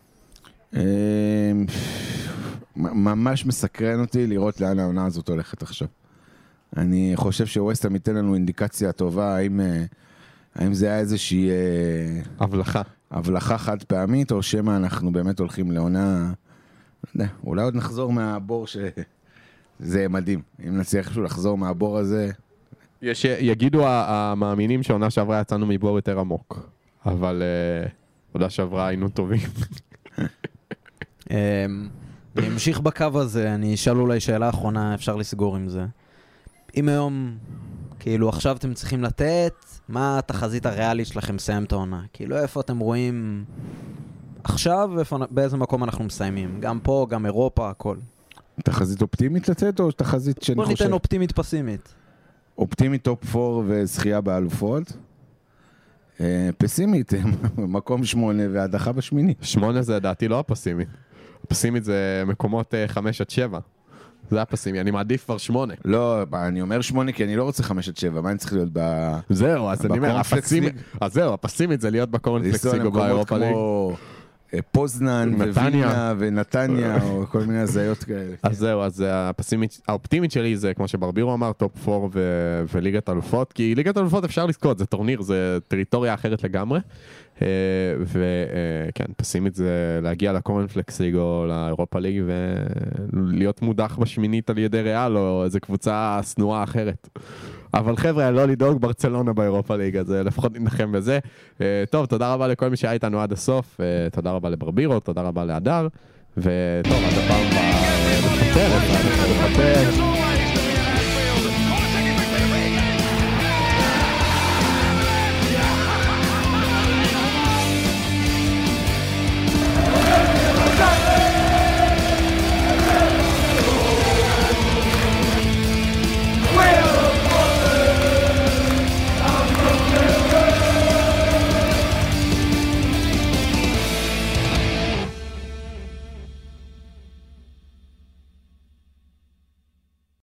ממש מסקרן אותי לראות לאן העונה הזאת הולכת עכשיו. אני חושב שווסטהאם ייתן לנו אינדיקציה טובה, האם, האם זה היה איזושהי הבלחה. הבלחה חד פעמית, או שמה אנחנו באמת הולכים לעונה, לא יודע, אולי עוד נחזור מהבור שזה מדהים. אם נצליח איכשהו לחזור מהבור הזה... יש, יגידו המאמינים שהעונה שעברה יצאנו מבור יותר עמוק, אבל עונה שעברה היינו טובים. אני אמשיך בקו הזה, אני אשאל אולי שאלה אחרונה, אפשר לסגור עם זה. אם היום, כאילו עכשיו אתם צריכים לתת, מה התחזית הריאלית שלכם לסיים את העונה? כאילו איפה אתם רואים עכשיו, ואיפה, באיזה מקום אנחנו מסיימים? גם פה, גם אירופה, הכל. תחזית אופטימית לתת, או תחזית שאני בוא חושב... ניתן אופטימית פסימית. אופטימית טופ ארבע וזכייה באלופות. פסימית, מקום שמונה והדחה בשמיני. שמונה זה לדעתי לא הפסימית. הפסימית זה מקומות חמש עד שבע. זה הפסימי, אני מעדיף כבר שמונה. לא, אני אומר שמונה כי אני לא רוצה חמש עד שבע, מה אני צריך להיות ב... זהו, אז אני אומר, הפסימית, אז זהו, הפסימית זה להיות בקורנפלקס ליג או באירופה ליג. כמו פוזנן ווינה ונתניה, או כל מיני הזיות כאלה. אז זהו, אז האופטימית שלי זה, כמו שברבירו אמר, טופ ארבע וליגת אלופות, כי ליגת אלופות אפשר לזכות, זה טורניר, זה טריטוריה אחרת לגמרי. וכן, פסימית זה להגיע לקורנפלקס ליג או לאירופה ליג ולהיות מודח בשמינית על ידי ריאל או איזו קבוצה סנועה אחרת. אבל חבר'ה, לא לדאוג, ברצלונה באירופה ליג, אז לפחות ננחם בזה. טוב, תודה רבה לכל מי שהיה איתנו עד הסוף, תודה רבה לברבירו, תודה רבה להדר, וטוב, עד הפעם בפטרת, בפטרת.